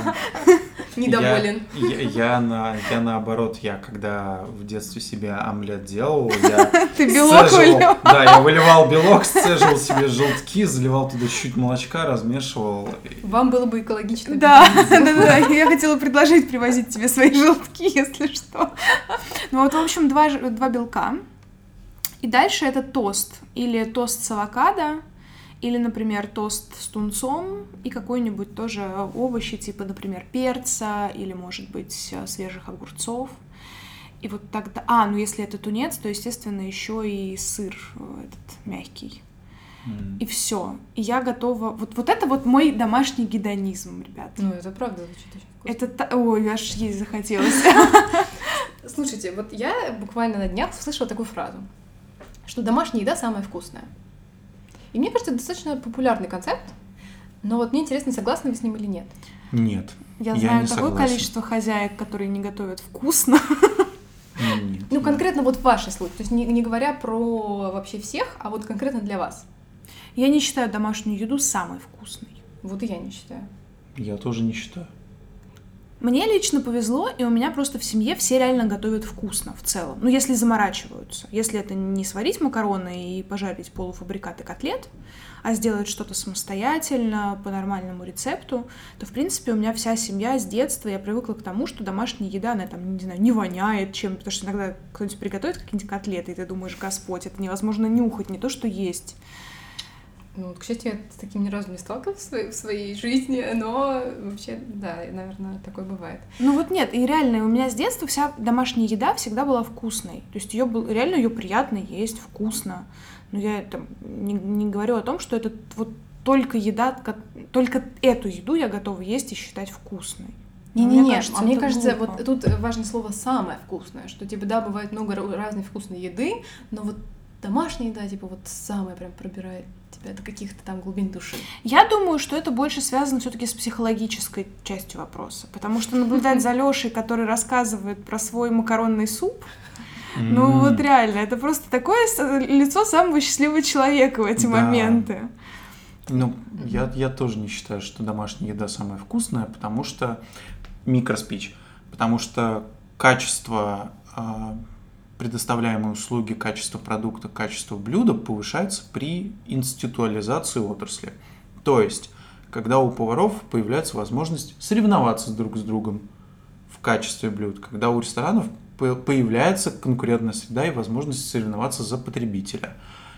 Недоволен. Я, я, я, на, я наоборот, я когда в детстве себе омлет делал, я Ты белок сцеживал- выливал. Да, я выливал белок, сцеживал себе желтки, заливал туда чуть молочка, размешивал. Вам было бы экологично. Да, да, да, я хотела предложить привозить тебе свои желтки, если что. Ну вот, в общем, два, ж- два белка. И дальше это тост. Или тост с авокадо, или, например, тост с тунцом и какой-нибудь тоже овощи, типа, например, перца или, может быть, свежих огурцов. И вот тогда... А, ну если это тунец, то, естественно, еще и сыр э, этот мягкий. М. И все. И я готова... Вот, вот это вот мой домашний гедонизм, ребят. Ну, это правда звучит очень вкусно. Это... та- Ой, аж есть захотелось. Слушайте, вот я буквально на днях услышала такую фразу, что домашняя еда самая вкусная. И мне кажется, это достаточно популярный концепт, но вот мне интересно, согласны вы с ним или нет. Нет. Я Я знаю не такое согласен. количество хозяек, которые не готовят вкусно. Нет. Ну, конкретно вот в вашей случае, то есть не, не говоря про вообще всех, а вот конкретно для вас. Я не считаю домашнюю еду самой вкусной. Вот и я не считаю. Я тоже не считаю. Мне лично повезло, и у меня просто в семье все реально готовят вкусно в целом. Ну, если заморачиваются. Если это не сварить макароны и пожарить полуфабрикаты котлет, а сделать что-то самостоятельно, по нормальному рецепту, то, в принципе, у меня вся семья с детства, я привыкла к тому, что домашняя еда, она там, не знаю, не воняет чем, потому что иногда кто-нибудь приготовит какие-нибудь котлеты, и ты думаешь, Господь, это невозможно нюхать, не то, что есть. Ну, к счастью, я с таким ни разу не сталкивалась в своей, в своей жизни, но вообще, да, наверное, такое бывает. Ну вот нет, и реально, у меня с детства вся домашняя еда всегда была вкусной. То есть ее был, реально ее приятно есть, вкусно. Но я там не, не говорю о том, что это вот только еда, только эту еду я готова есть и считать вкусной. Не-не-не, а мне кажется, глупо. Вот тут важно слово «самое вкусное», что, типа, да, бывает много разной вкусной еды, но вот домашняя еда, типа, вот самая прям пробирает тебя до каких-то там глубин души. Я думаю, что это больше связано все-таки с психологической частью вопроса, потому что наблюдать за Лешей, который рассказывает про свой макаронный суп, ну вот реально, это просто такое лицо самого счастливого человека в эти моменты. Ну, я, я тоже не считаю, что домашняя еда самая вкусная, потому что микроспич, потому что качество предоставляемые услуги, качество продукта, качество блюда повышается при институализации отрасли. То есть, когда у поваров появляется возможность соревноваться друг с другом в качестве блюд, когда у ресторанов появляется конкурентная среда и возможность соревноваться за потребителя.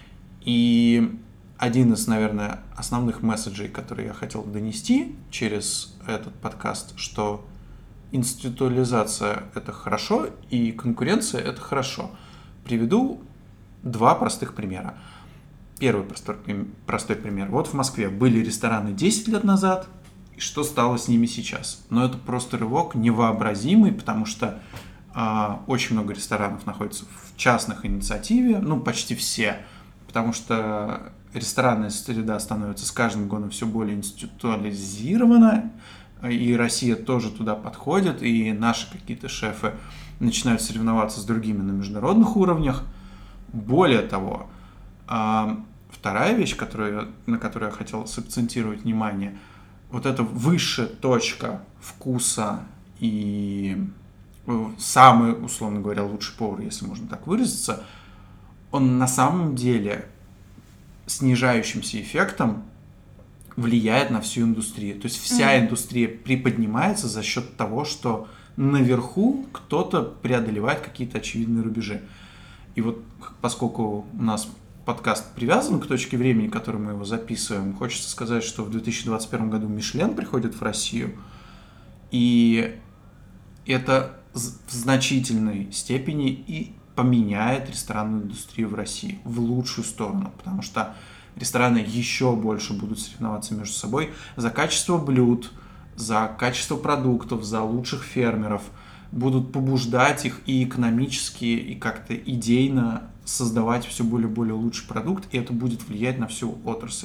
И один из, наверное, основных месседжей, которые я хотел донести через этот подкаст, что институализация – это хорошо, и конкуренция – это хорошо. Приведу два простых примера. Первый простой, простой пример. Вот в Москве были рестораны десять лет назад, и что стало с ними сейчас? Но это просто рывок невообразимый, потому что э, очень много ресторанов находится в частных инициативе, ну, почти все, потому что ресторанная среда становится с каждым годом все более институализирована, и Россия тоже туда подходит, и наши какие-то шефы начинают соревноваться с другими на международных уровнях. Более того, вторая вещь, которую, на которую я хотел сакцентировать внимание, вот эта высшая точка вкуса и самый, условно говоря, лучший повар, если можно так выразиться, он на самом деле снижающимся эффектом влияет на всю индустрию. То есть вся mm-hmm. индустрия приподнимается за счет того, что наверху кто-то преодолевает какие-то очевидные рубежи. И вот поскольку у нас подкаст привязан к точке времени, в которой мы его записываем, хочется сказать, что в две тысячи двадцать первом году Мишлен приходит в Россию, и это в значительной степени и поменяет ресторанную индустрию в России в лучшую сторону, потому что рестораны еще больше будут соревноваться между собой за качество блюд, за качество продуктов, за лучших фермеров, будут побуждать их и экономически, и как-то идейно создавать все более и более лучший продукт, и это будет влиять на всю отрасль.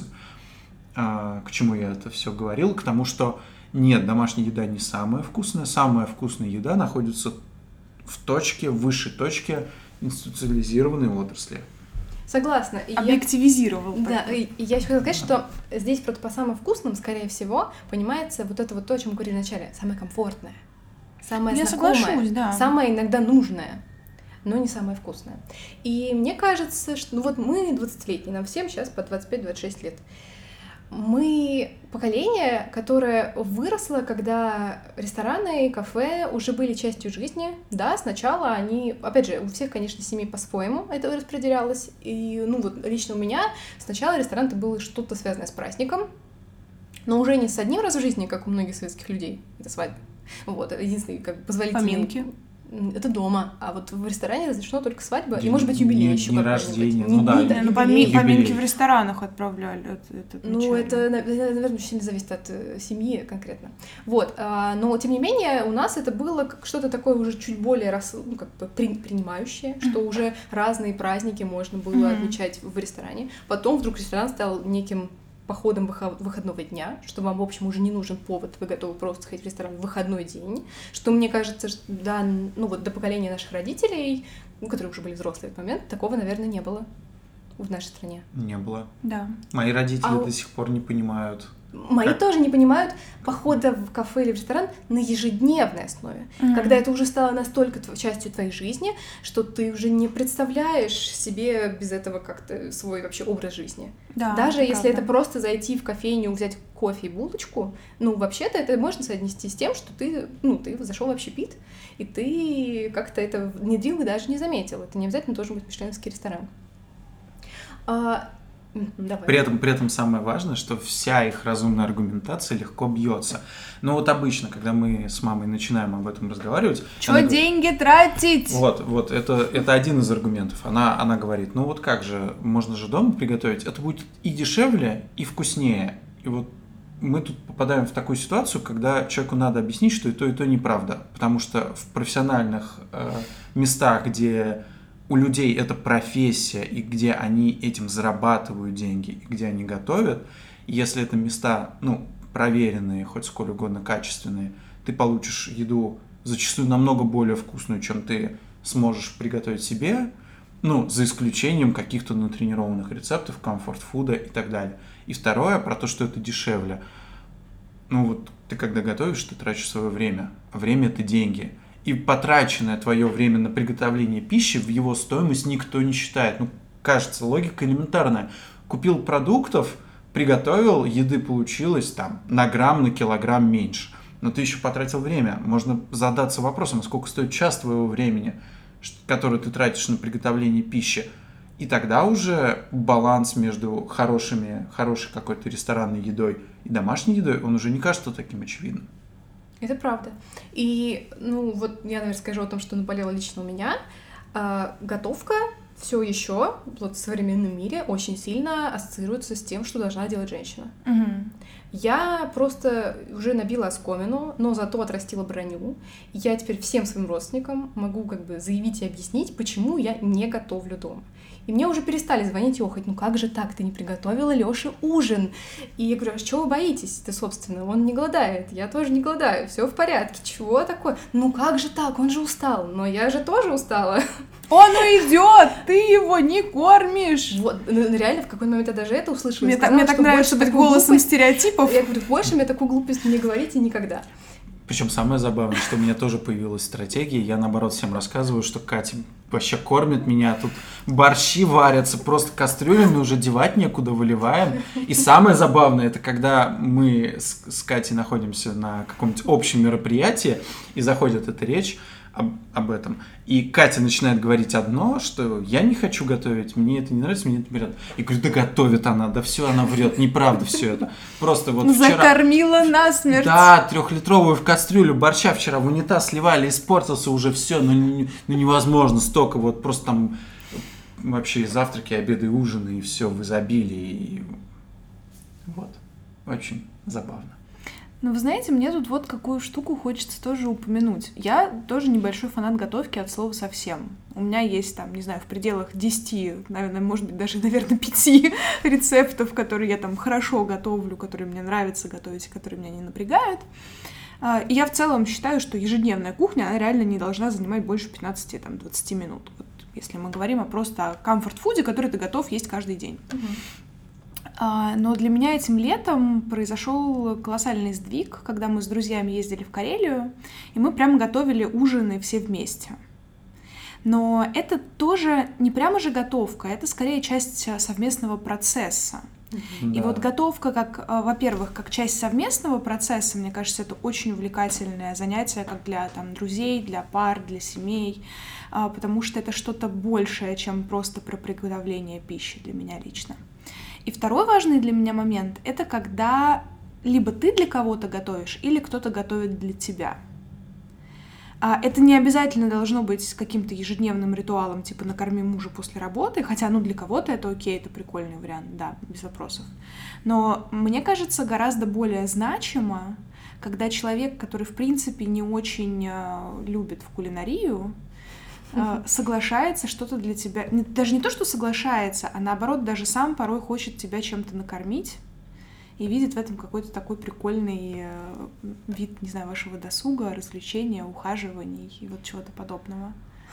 К чему я это все говорил? К тому, что нет, домашняя еда не самая вкусная, самая вкусная еда находится в точке, в высшей точке институциализированной отрасли. Согласна. И объективизировал. Я, да, и я еще хотела сказать, что здесь просто по самым вкусным, скорее всего, понимается вот это вот то, о чем мы говорили вначале, самое комфортное, самое я знакомое, соглашусь, да. самое иногда нужное, но не самое вкусное. И мне кажется, что ну вот мы двадцатилетние, нам всем сейчас по двадцать пять - двадцать шесть лет. Мы поколение, которое выросло, когда рестораны и кафе уже были частью жизни. Да, сначала они, опять же, у всех, конечно, семей по-своему это распределялось. И, ну вот, лично у меня сначала ресторан это было что-то связанное с праздником, но уже не с одним раз в жизни, как у многих советских людей, это свадьба. Вот, единственный, как бы, позволительный... Поминки. Это дома, а вот в ресторане разрешено только свадьба, День, и, может быть, юбилей не, еще не какой-нибудь. Рождение, Не, ну да, не, да, ну, юбилей. поминки в ресторанах отправляли. Это, это ну, это, наверное, очень сильно зависит от э, семьи конкретно. Вот, а, но, тем не менее, у нас это было как что-то такое уже чуть более рас, ну, как бы при, принимающее, mm-hmm. что уже разные праздники можно было mm-hmm. отмечать в ресторане. Потом вдруг ресторан стал неким походом выходного дня, что вам, в общем, уже не нужен повод, вы готовы просто сходить в ресторан в выходной день, что, мне кажется, что, да, ну вот до поколения наших родителей, ну, которые уже были взрослые в этот момент, такого, наверное, не было в нашей стране. Не было. Да. Мои родители а... до сих пор не понимают, Мои как? Тоже не понимают похода в кафе или в ресторан на ежедневной основе, mm-hmm. когда это уже стало настолько частью твоей жизни, что ты уже не представляешь себе без этого как-то свой вообще образ жизни. Да, даже если правда. Это просто зайти в кофейню, взять кофе и булочку, ну, вообще-то это можно соотнести с тем, что ты, ну, ты зашел в общепит, и ты как-то это внедрил и даже не заметил. Это не обязательно должен быть мишленовский ресторан. А, Давай. При этом, при этом самое важное, что вся их разумная аргументация легко бьется. Но вот обычно, когда мы с мамой начинаем об этом разговаривать... Чё деньги говорит, тратить? Вот, вот, это, это один из аргументов. Она, она говорит, ну вот как же, можно же дома приготовить, это будет и дешевле, и вкуснее. И вот мы тут попадаем в такую ситуацию, когда человеку надо объяснить, что и то, и то неправда. Потому что в профессиональных э, местах, где... у людей это профессия, и где они этим зарабатывают деньги, и где они готовят, если это места, ну, проверенные, хоть сколь угодно качественные, ты получишь еду зачастую намного более вкусную, чем ты сможешь приготовить себе, ну, за исключением каких-то натренированных рецептов, комфорт-фуда и так далее. И второе, про то, что это дешевле. Ну, вот ты когда готовишь, ты тратишь свое время, а время – это деньги. И потраченное твое время на приготовление пищи в его стоимость никто не считает. Ну, кажется, логика элементарная. Купил продуктов, приготовил, еды получилось там на грамм, на килограмм меньше. Но ты еще потратил время. Можно задаться вопросом, а сколько стоит час твоего времени, который ты тратишь на приготовление пищи. И тогда уже баланс между хорошими, хорошей какой-то ресторанной едой и домашней едой, он уже не кажется таким очевидным. Это правда. И, ну, вот я, наверное, скажу о том, что наболело лично у меня. А, готовка все еще вот в современном мире очень сильно ассоциируется с тем, что должна делать женщина. Угу. Я просто уже набила оскомину, но зато отрастила броню. Я теперь всем своим родственникам могу как бы заявить и объяснить, почему я не готовлю дома. И мне уже перестали звонить и охать, ну как же так, ты не приготовила Лёше ужин? И я говорю, а чего вы боитесь-то, собственно? Он не голодает, я тоже не голодаю, все в порядке, чего такое? Ну как же так, он же устал, но я же тоже устала. Он уйдет, ты его не кормишь. Вот, ну, реально, в какой-то момент я даже это услышала. Мне, сказала, мне так нравится быть голосом глупость... стереотипов. Я говорю, больше мне такую глупость не говорите никогда. Причем самое забавное, что у меня тоже появилась стратегия. Я, наоборот, всем рассказываю, что Катя вообще кормит меня. Тут борщи варятся, просто кастрюлями уже девать некуда, выливаем. И самое забавное, это когда мы с, с Катей находимся на каком-нибудь общем мероприятии, и заходит эта речь об, об этом. И Катя начинает говорить одно, что я не хочу готовить, мне это не нравится, мне это не нравится. И говорю, да готовит она, да все она врет, неправда все это. Просто вот вчера... Закормила насмерть. Да, трехлитровую в кастрюлю борща вчера в унитаз сливали, испортился уже все, ну, ну невозможно, столько вот просто там вообще и завтраки, обеды, и ужины, и все в изобилии. И... Вот, очень забавно. Ну, вы знаете, мне тут вот какую штуку хочется тоже упомянуть. Я тоже небольшой фанат готовки от слова совсем. У меня есть там, не знаю, в пределах десяти, наверное, может быть, даже, наверное, пяти рецептов, которые я там хорошо готовлю, которые мне нравится готовить и которые меня не напрягают. И я в целом считаю, что ежедневная кухня, она реально не должна занимать больше пятнадцати-двадцати минут. Вот, если мы говорим о просто о комфорт-фуде, который ты готов есть каждый день. Но для меня этим летом произошел колоссальный сдвиг, когда мы с друзьями ездили в Карелию, и мы прямо готовили ужины все вместе. Но это тоже не прямо же готовка, это скорее часть совместного процесса. Да. И вот готовка, как, во-первых, как часть совместного процесса, мне кажется, это очень увлекательное занятие как для там, друзей, для пар, для семей, потому что это что-то большее, чем просто про приготовление пищи для меня лично. И второй важный для меня момент — это когда либо ты для кого-то готовишь, или кто-то готовит для тебя. Это не обязательно должно быть каким-то ежедневным ритуалом, типа «накорми мужа после работы», хотя, ну, для кого-то это окей, это прикольный вариант, да, без вопросов. Но мне кажется, гораздо более значимо, когда человек, который, в принципе, не очень любит в кулинарию, соглашается что-то для тебя, даже не то, что соглашается, а наоборот, даже сам порой хочет тебя чем-то накормить и видит в этом какой-то такой прикольный вид, не знаю, вашего досуга, развлечения, ухаживаний и вот чего-то подобного.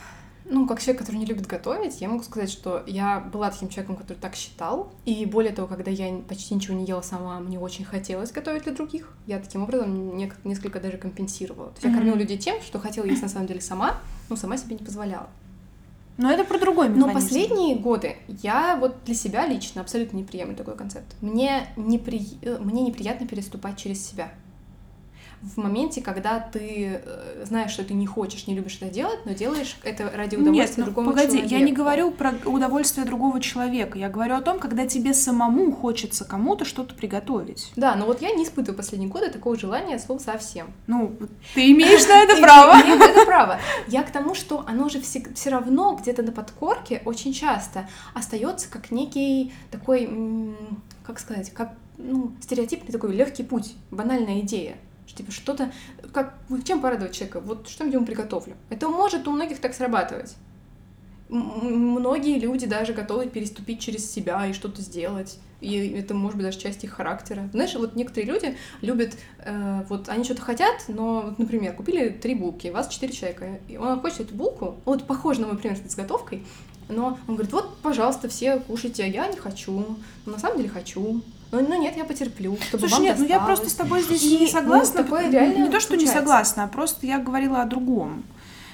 Ну, как человек, который не любит готовить, я могу сказать, что я была таким человеком, который так считал. И более того, когда я почти ничего не ела сама, мне очень хотелось готовить для других. Я таким образом не- несколько даже компенсировала. То есть mm-hmm. я кормила людей тем, что хотела есть на самом деле сама, но сама себе не позволяла. Но это про другой механизм. Но последние годы я вот для себя лично абсолютно не приемлю такой концепт. Мне, непри... Мне неприятно переступать через себя. В моменте, когда ты знаешь, что ты не хочешь, не любишь это делать, но делаешь это ради удовольствия Нет, другому погоди, человеку. Погоди, я не говорю про удовольствие другого человека. Я говорю о том, когда тебе самому хочется кому-то что-то приготовить. Да, но вот я не испытываю последние годы такого желания слов совсем. Ну, ты имеешь на это право. Я имею на это право. Я к тому, что оно же все равно где-то на подкорке очень часто остается как некий такой, как сказать, как ну, стереотипный такой легкий путь, банальная идея. Типа что-то, как, чем порадовать человека? Вот что-нибудь ему приготовлю. Это может у многих так срабатывать. М- многие люди даже готовы переступить через себя и что-то сделать. И это может быть даже часть их характера. Знаешь, вот некоторые люди любят, э, вот они что-то хотят, но, вот, например, купили три булки, у вас четыре человека, и он хочет эту булку, вот похоже на мой пример с готовкой, но он говорит, вот, пожалуйста, все кушайте, а я не хочу, но на самом деле хочу. Ну, ну нет, я потерплю, чтобы Слушай, вам нет, досталось. ну я просто с тобой здесь И, не согласна. Ну, такое реально не то, что случается. не согласна, а просто я говорила о другом.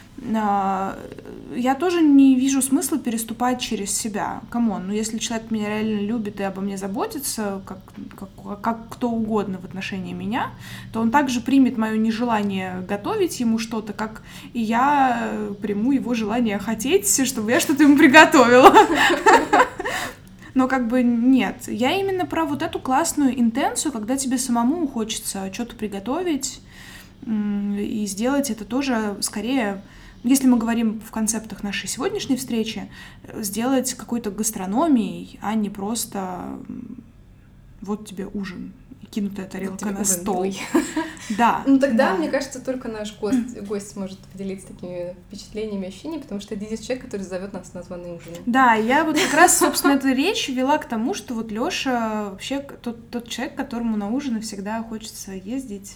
Я тоже не вижу смысла переступать через себя. Камон, ну если человек меня реально любит и обо мне заботится, как, как, как кто угодно в отношении меня, то он также примет мое нежелание готовить ему что-то, как и я приму его желание хотеть, чтобы я что-то ему приготовила. Но как бы нет. Я именно про вот эту классную интенцию, когда тебе самому хочется что-то приготовить и сделать это тоже скорее, если мы говорим в концептах нашей сегодняшней встречи, сделать какой-то гастрономией, а не просто вот тебе ужин, кинутая тарелка на стол. Да. Ну тогда, да. мне кажется, только наш гость, гость сможет поделиться такими впечатлениями, ощущениями, потому что это единственный человек, который зовет нас на званые ужины. Да, я вот как раз, собственно, эту речь вела к тому, что вот Лёша вообще тот, тот человек, которому на ужины всегда хочется ездить.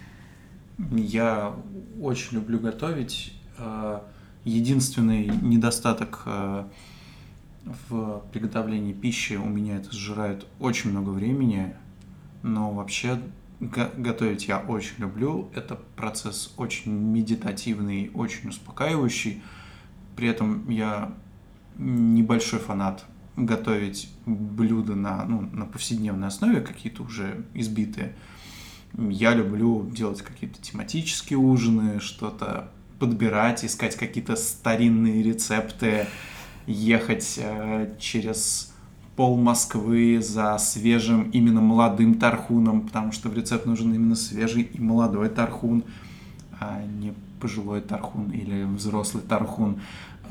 Я очень люблю готовить. Единственный недостаток в приготовлении пищи у меня это сжирает очень много времени, но вообще го- готовить я очень люблю. Это процесс очень медитативный, очень успокаивающий. При этом я небольшой фанат готовить блюда на, ну, на повседневной основе, какие-то уже избитые. Я люблю делать какие-то тематические ужины, что-то подбирать, искать какие-то старинные рецепты, ехать э, через пол Москвы за свежим, именно молодым тархуном, потому что в рецепт нужен именно свежий и молодой тархун, а не пожилой тархун или взрослый тархун.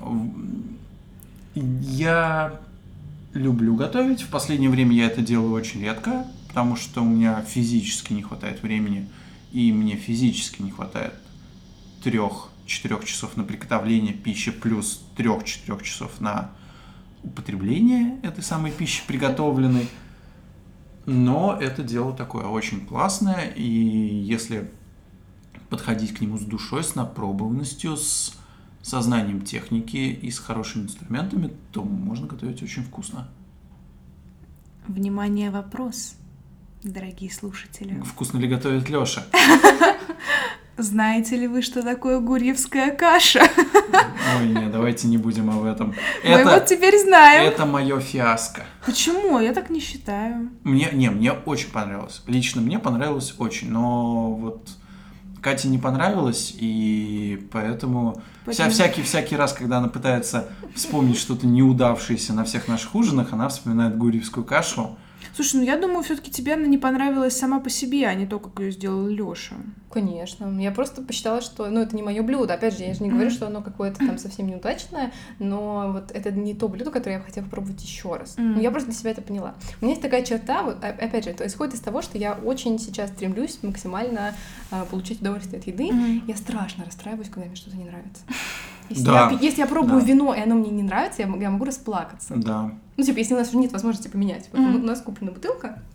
Я люблю готовить. В последнее время я это делаю очень редко, потому что у меня физически не хватает времени, и мне физически не хватает трех-четырех часов на приготовление пищи плюс трех-четырех часов на употребление этой самой пищи приготовленной. Но это дело такое очень классное, и если подходить к нему с душой, с напробованностью, с сознанием техники и с хорошими инструментами, то можно готовить очень вкусно. Внимание, вопрос, дорогие слушатели. Вкусно ли готовит Лёша? Знаете ли вы, что такое гурьевская каша? Ой, нет, давайте не будем об этом. Мы это, вот теперь знаем. Это мое фиаско. Почему? Я так не считаю. Мне, не, мне очень понравилось. Лично мне понравилось очень, но вот Кате не понравилось, и поэтому вся, всякий, всякий раз, когда она пытается вспомнить что-то неудавшееся на всех наших ужинах, она вспоминает гурьевскую кашу. Слушай, ну я думаю, все-таки тебе она не понравилась сама по себе, а не то, как ее сделал Лёша. Конечно. Я просто посчитала, что, ну, это не мое блюдо. Опять же, я же не говорю, что оно какое-то там совсем неудачное, но вот это не то блюдо, которое я бы хотела попробовать еще раз. Mm. Ну, я просто для себя это поняла. У меня есть такая черта, вот, опять же, это исходит из того, что я очень сейчас стремлюсь максимально а, получать удовольствие от еды. Mm. Я страшно расстраиваюсь, когда мне что-то не нравится. Если, да. я, если я пробую да. вино, и оно мне не нравится, я, я могу расплакаться. Да. Ну, типа, если у нас уже нет возможности поменять. Вот mm. у нас куплена бутылка,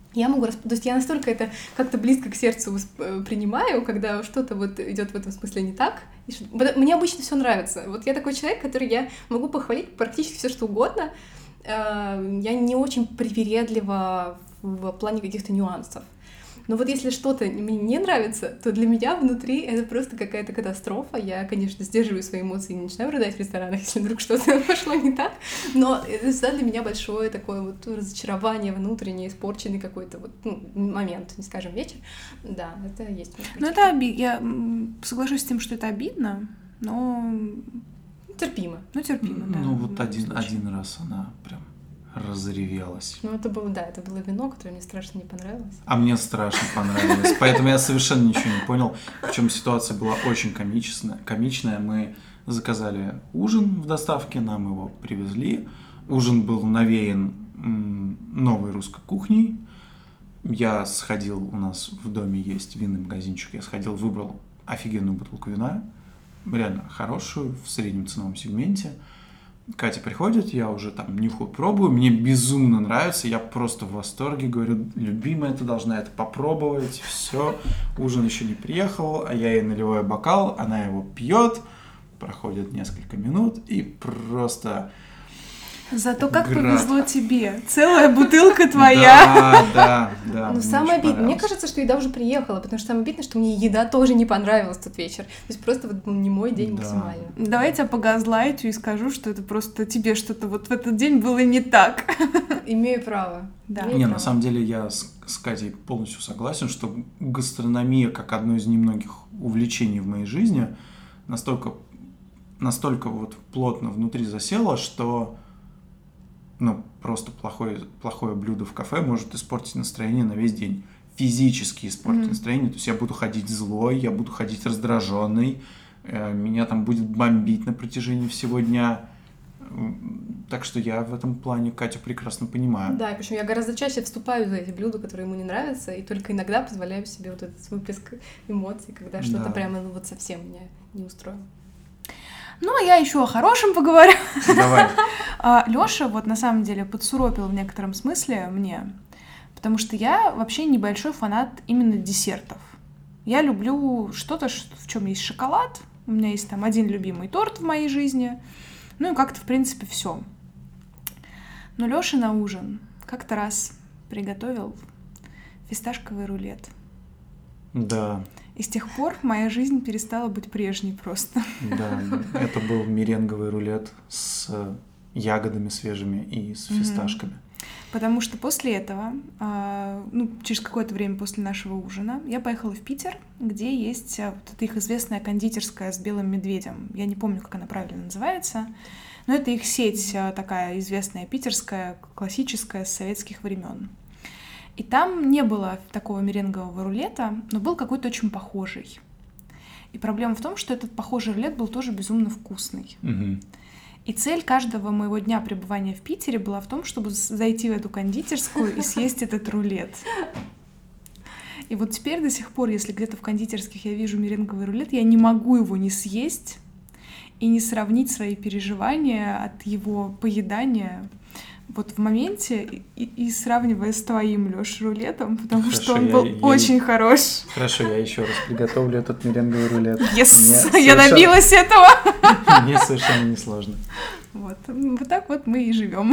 Я могу, расп... то есть я настолько это как-то близко к сердцу принимаю, когда что-то вот идет в этом смысле не так. И что... Мне обычно все нравится. Вот я такой человек, который я могу похвалить практически все что угодно. Я не очень привередлива в плане каких-то нюансов. Но вот если что-то мне не нравится, то для меня внутри это просто какая-то катастрофа. Я, конечно, сдерживаю свои эмоции и не начинаю рыдать в ресторанах, если вдруг что-то пошло не так. Но это всегда для меня большое такое вот разочарование внутреннее, испорченный какой-то вот ну, момент, не скажем, вечер. Да, это есть. Ну, это обидно. Я соглашусь с тем, что это обидно, но... Терпимо. Ну, терпимо, да. Ну, вот один, один раз она прям разревелась. Ну, это было, да, это было вино, которое мне страшно не понравилось. А мне страшно понравилось, поэтому я совершенно ничего не понял. Причем ситуация была очень комичная. комичная. Мы заказали ужин в доставке, нам его привезли. Ужин был навеян новой русской кухней. Я сходил, у нас в доме есть винный магазинчик, я сходил, выбрал офигенную бутылку вина, реально хорошую, в среднем ценовом сегменте. Катя приходит, я уже там нюхаю, пробую, мне безумно нравится, я просто в восторге, говорю, любимая, ты должна это попробовать, все, ужин еще не приехал, а я ей наливаю бокал, она его пьет, проходит несколько минут и просто... Зато как Град. повезло тебе, целая бутылка твоя. Да, да, да. Ну, самое обидное, мне кажется, что еда уже приехала, потому что самое обидное, что мне еда тоже не понравилась в тот вечер. То есть просто вот был не мой день Да. максимально. Давай я тебя погазлайтю и скажу, что это просто тебе что-то вот в этот день было не так. Имею право. Да. Имею Не, право. на самом деле я с, с Катей полностью согласен, что гастрономия, как одно из немногих увлечений в моей жизни, настолько, настолько вот плотно внутри засела, что ну, просто плохое, плохое блюдо в кафе может испортить настроение на весь день. Физически испортить mm-hmm. настроение. То есть я буду ходить злой, я буду ходить раздраженный, э, меня там будет бомбить на протяжении всего дня. Так что я в этом плане Катю прекрасно понимаю. Да, и причем я гораздо чаще вступаю за эти блюда, которые ему не нравятся, и только иногда позволяю себе вот этот выплеск эмоций, когда что-то Да. прямо ну, вот совсем меня не устроило. Ну, а я еще о хорошем поговорю. Давай. Лёша вот на самом деле подсуропил в некотором смысле мне, потому что я вообще небольшой фанат именно десертов. Я люблю что-то, в чем есть шоколад. У меня есть там один любимый торт в моей жизни. Ну и как-то, в принципе, все. Но Лёша на ужин как-то раз приготовил фисташковый рулет. Да. И с тех пор моя жизнь перестала быть прежней просто. Да, это был меренговый рулет с ягодами свежими и с фисташками. Потому что после этого, ну, через какое-то время после нашего ужина, я поехала в Питер, где есть вот эта их известная кондитерская с белым медведем. Я не помню, как она правильно называется, но это их сеть такая известная питерская, классическая, с советских времен. И там не было такого меренгового рулета, но был какой-то очень похожий. И проблема в том, что этот похожий рулет был тоже безумно вкусный. Угу. И цель каждого моего дня пребывания в Питере была в том, чтобы зайти в эту кондитерскую и съесть этот рулет. И вот теперь до сих пор, если где-то в кондитерских я вижу меренговый рулет, я не могу его не съесть и не сравнить свои переживания от его поедания вот в моменте и, и сравнивая с твоим, Лёш, рулетом, потому Хорошо, что он я- был я- очень хорош. Хорошо, я еще раз приготовлю этот меренговый рулет. Yes! Мне Я совершенно- добилась этого! Мне совершенно не сложно. Вот. Вот так вот мы и живем.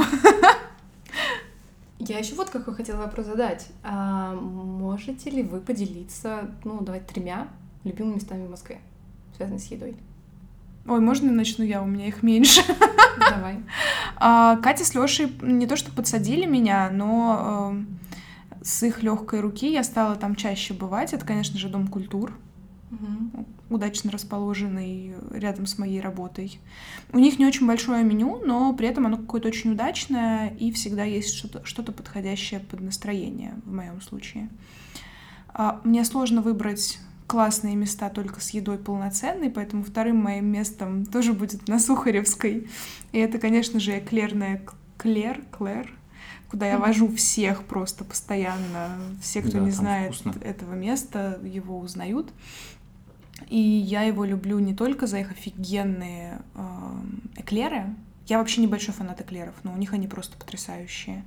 Я еще вот какой хотела вопрос задать. А можете ли вы поделиться, ну, давай, тремя любимыми местами в Москве, связанными с едой? Ой, можно начну я? У меня их меньше. Давай. А, Катя с Лёшей не то что подсадили меня, но э, с их легкой руки я стала там чаще бывать. Это, конечно же, Дом культур, Угу. удачно расположенный рядом с моей работой. У них не очень большое меню, но при этом оно какое-то очень удачное, и всегда есть что-то, что-то подходящее под настроение, в моем случае. А, мне сложно выбрать классные места только с едой полноценной, поэтому вторым моим местом тоже будет на Сухаревской. И это, конечно же, эклерная Клер, Клэр, куда я вожу всех просто постоянно. Все, кто Да, не там знает вкусно. этого места, его узнают. И я его люблю не только за их офигенные э, эклеры. Я вообще небольшой фанат эклеров, но у них они просто потрясающие.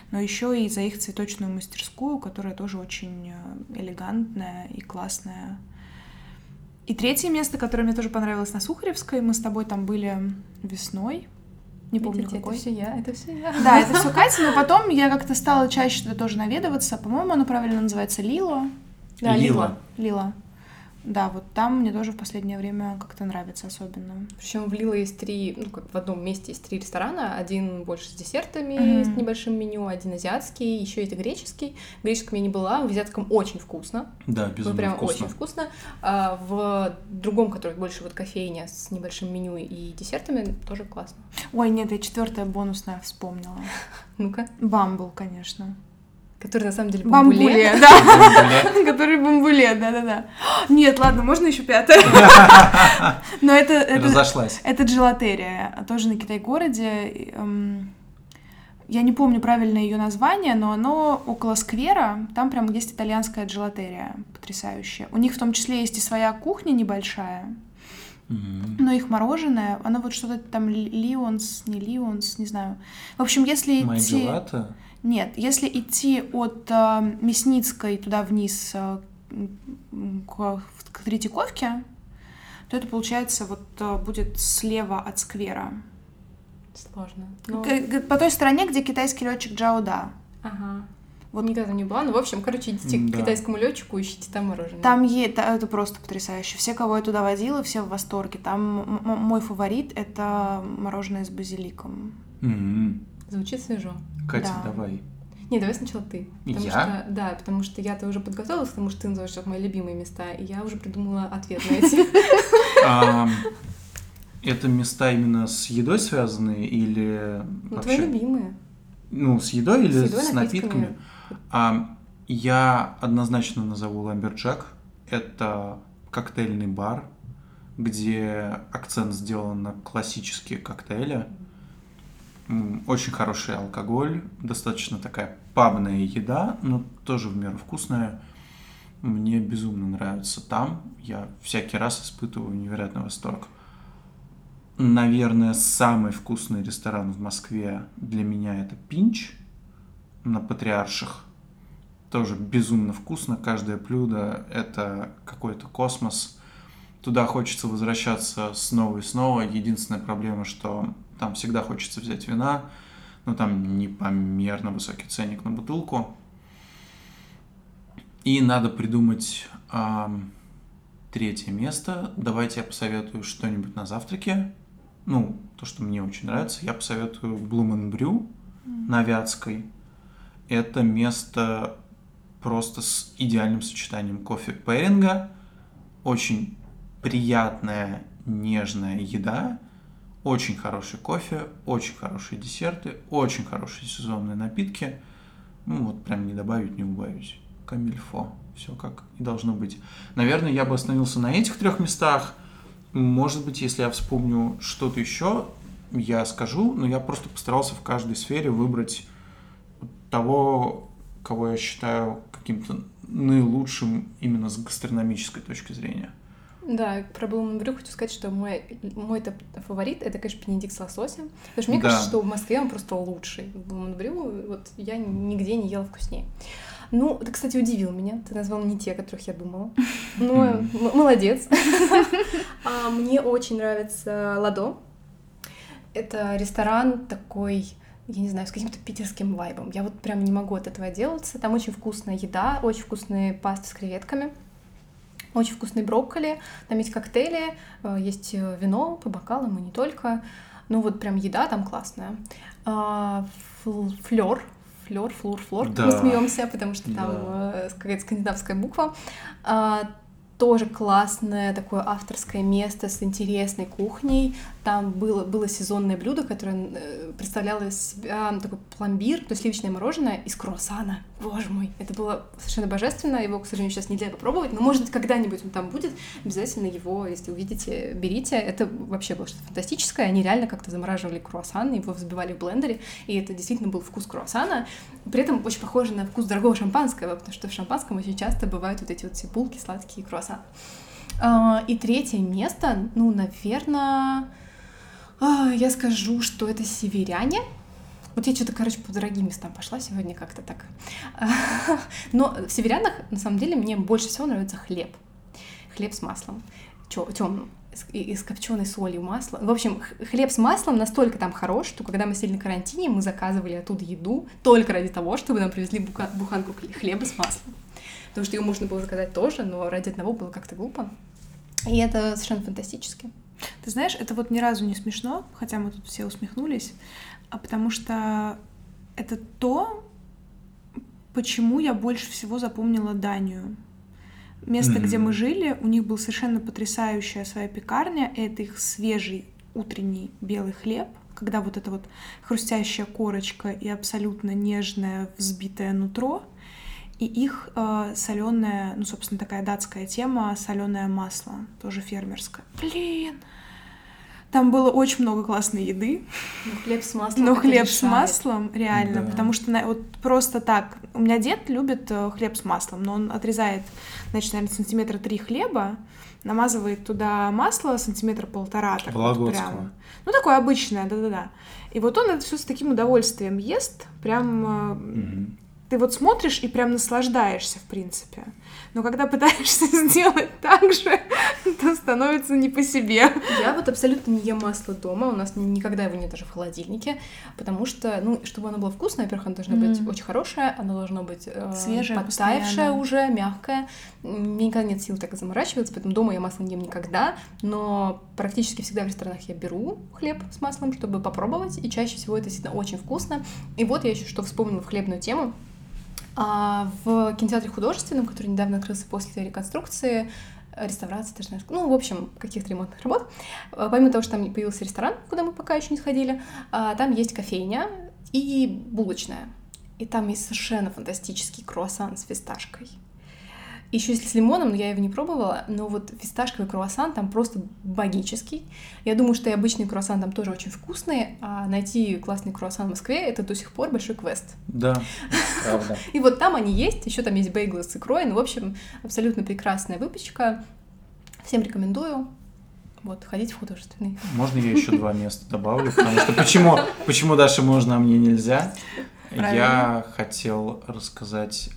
но еще и за их цветочную мастерскую, которая тоже очень элегантная и классная. И третье место, которое мне тоже понравилось, на Сухаревской. Мы с тобой там были весной. Не помню, Видите, какой. Это все я, это все я. Да, это все Катя, но потом я как-то стала чаще туда тоже наведываться. По-моему, оно правильно называется Лило. Да, Лила. Лила. Да, вот там мне тоже в последнее время как-то нравится особенно. Причем в Лило есть три, ну как в одном месте есть три ресторана. Один больше с десертами, Mm-hmm. с небольшим меню, один азиатский, еще есть греческий. В греческом я не была, в азиатском очень вкусно. Да, безумно Ну, прям вкусно. очень вкусно. А в другом, который больше вот кофейня с небольшим меню и десертами, тоже классно. Ой, нет, я четвертая бонусная вспомнила. Ну-ка. Бамбл, конечно. Который на самом деле бамбуле. Бамбуле, да. Который бамбуле, да-да-да. Нет, ладно, можно еще пятое. Но это... Разошлась. Это джелатерия, тоже на Китай-городе. Я не помню правильно ее название, но оно около сквера, там прям есть итальянская джелатерия, потрясающая. У них в том числе есть и своя кухня небольшая, mm-hmm. но их мороженое, оно вот что-то там Лионс, не Лионс, не знаю. В общем, если идти... Майджелата? Нет, если идти от э, Мясницкой туда вниз э, к, к Третьяковке, то это, получается, вот э, будет слева от сквера. Сложно. Но... По той стороне, где китайский летчик Джао Да. Ага. Вот никогда не была. Ну, в общем, короче, идите да. к китайскому летчику, ищите там мороженое. Там есть, это просто потрясающе. Все, кого я туда водила, все в восторге. Там м- мой фаворит — это мороженое с базиликом. Mm-hmm. Звучит свежо. Катя, да. давай. Не, давай сначала ты. Потому я? Что, да, потому что я-то уже подготовилась, потому что ты называешь сейчас мои любимые места, и я уже придумала ответ на эти. Это места именно с едой связанные или Ну, твои любимые. Ну, с едой или с, едой, с напитками? А, я однозначно назову Ламберджек. Это коктейльный бар, где акцент сделан на классические коктейли. Очень хороший алкоголь, достаточно такая пабная еда, но тоже в меру вкусная. Мне безумно нравится там. Я всякий раз испытываю невероятный восторг. Наверное, самый вкусный ресторан в Москве для меня это Пинч на Патриарших. Тоже безумно вкусно. Каждое блюдо — это какой-то космос. Туда хочется возвращаться снова и снова. Единственная проблема, что там всегда хочется взять вина, но там непомерно высокий ценник на бутылку. И надо придумать эм, третье место. Давайте я посоветую что-нибудь на завтраке. Ну, то, что мне очень нравится. Я посоветую Bloom and Brew mm. на Вятской. Это место просто с идеальным сочетанием кофе-пэринга. Очень приятная, нежная еда. Очень хороший кофе, очень хорошие десерты, очень хорошие сезонные напитки. Ну, вот прям не добавить, не убавить. Камильфо. Все как и должно быть. Наверное, я бы остановился на этих трех местах. Может быть, если я вспомню что-то еще, я скажу, но я просто постарался в каждой сфере выбрать того, кого я считаю каким-то наилучшим именно с гастрономической точки зрения. Да, про Bloom and Brew хочу сказать, что мой, мой фаворит — это, конечно, Бенедикт с лососем. Потому что мне да. кажется, что в Москве он просто лучший. Bloom and Brew вот я нигде не ела вкуснее. Ну, ты, кстати, удивил меня. Ты назвал не те, которых я думала. Ну, молодец. Мне очень нравится Ладо. Это ресторан такой, я не знаю, с каким-то питерским вайбом. Я вот прям не могу от этого отделаться. Там очень вкусная еда, очень вкусные пасты с креветками. Очень вкусный брокколи, там есть коктейли, есть вино по бокалам и не только. Ну вот прям еда там классная. Флёр, флёр, флур, флор, да. Мы смеемся, потому что там да. какая-то скандинавская буква. Тоже классное такое авторское место с интересной кухней. Там было, было сезонное блюдо, которое представляло из себя такой пломбир, то есть сливочное мороженое из круассана. Боже мой, это было совершенно божественно. Его, к сожалению, сейчас нельзя попробовать, но, может быть, когда-нибудь он там будет. Обязательно его, если увидите, берите. Это вообще было что-то фантастическое. Они реально как-то замораживали круассан, его взбивали в блендере, и это действительно был вкус круассана. При этом очень похоже на вкус дорогого шампанского, потому что в шампанском очень часто бывают вот эти вот все булки, сладкие круассаны. И третье место, ну, наверное, я скажу, что это северяне. Вот я что-то, короче, по дорогим местам пошла сегодня как-то так. Но в северянах, на самом деле, мне больше всего нравится хлеб. Хлеб с маслом. Темным. И с копченой солью масло. В общем, хлеб с маслом настолько там хорош, что когда мы сидели на карантине, мы заказывали оттуда еду только ради того, чтобы нам привезли бука- буханку хлеба с маслом. Потому что ее можно было заказать тоже, но ради одного было как-то глупо. И это совершенно фантастически. Ты знаешь, это вот ни разу не смешно, хотя мы тут все усмехнулись, а потому что это то, почему я больше всего запомнила Данию. Место, mm-hmm. где мы жили, у них была совершенно потрясающая своя пекарня, это их свежий утренний белый хлеб, когда вот эта вот хрустящая корочка и абсолютно нежное взбитое нутро, и их э, соленое, ну, собственно, такая датская тема, соленое масло, тоже фермерское. Блин! Там было очень много классной еды. Но хлеб с маслом. Но хлеб решает. с маслом, реально. Да. Потому что вот просто так. У меня дед любит хлеб с маслом, но он отрезает, значит, наверное, сантиметра три хлеба, намазывает туда масло сантиметра полтора. Так вот прям. Ну, такое обычное, да-да-да. И вот он это все с таким удовольствием ест. Прям mm-hmm. ты вот смотришь и прям наслаждаешься, в принципе. Но когда пытаешься сделать так же, то становится не по себе. Я вот абсолютно не ем масло дома, у нас никогда его нет даже в холодильнике, потому что, ну, чтобы оно было вкусное, во-первых, оно должно mm. быть очень хорошее, оно должно быть э, свежее, подтаявшее уже, мягкое. Мне никогда нет сил так заморачиваться, поэтому дома я масло не ем никогда, но практически всегда в ресторанах я беру хлеб с маслом, чтобы попробовать, и чаще всего это действительно очень вкусно. И вот я еще что вспомнила в хлебную тему. А в кинотеатре художественном, который недавно открылся после реконструкции, реставрации, даже, ну, в общем, каких-то ремонтных работ, помимо того, что там появился ресторан, куда мы пока еще не сходили, там есть кофейня и булочная. И там есть совершенно фантастический круассан с фисташкой. Еще если с лимоном, но я его не пробовала, но вот фисташковый круассан там просто богический. Я думаю, что и обычный круассан там тоже очень вкусный, а найти классный круассан в Москве — это до сих пор большой квест. Да, правда. И вот там они есть, еще там есть бейглы с икрой, ну, в общем, абсолютно прекрасная выпечка. Всем рекомендую. Вот, ходить в художественный. Можно я еще два места добавлю? Потому что почему, почему Даше можно, а мне нельзя? Правильно. Я хотел рассказать...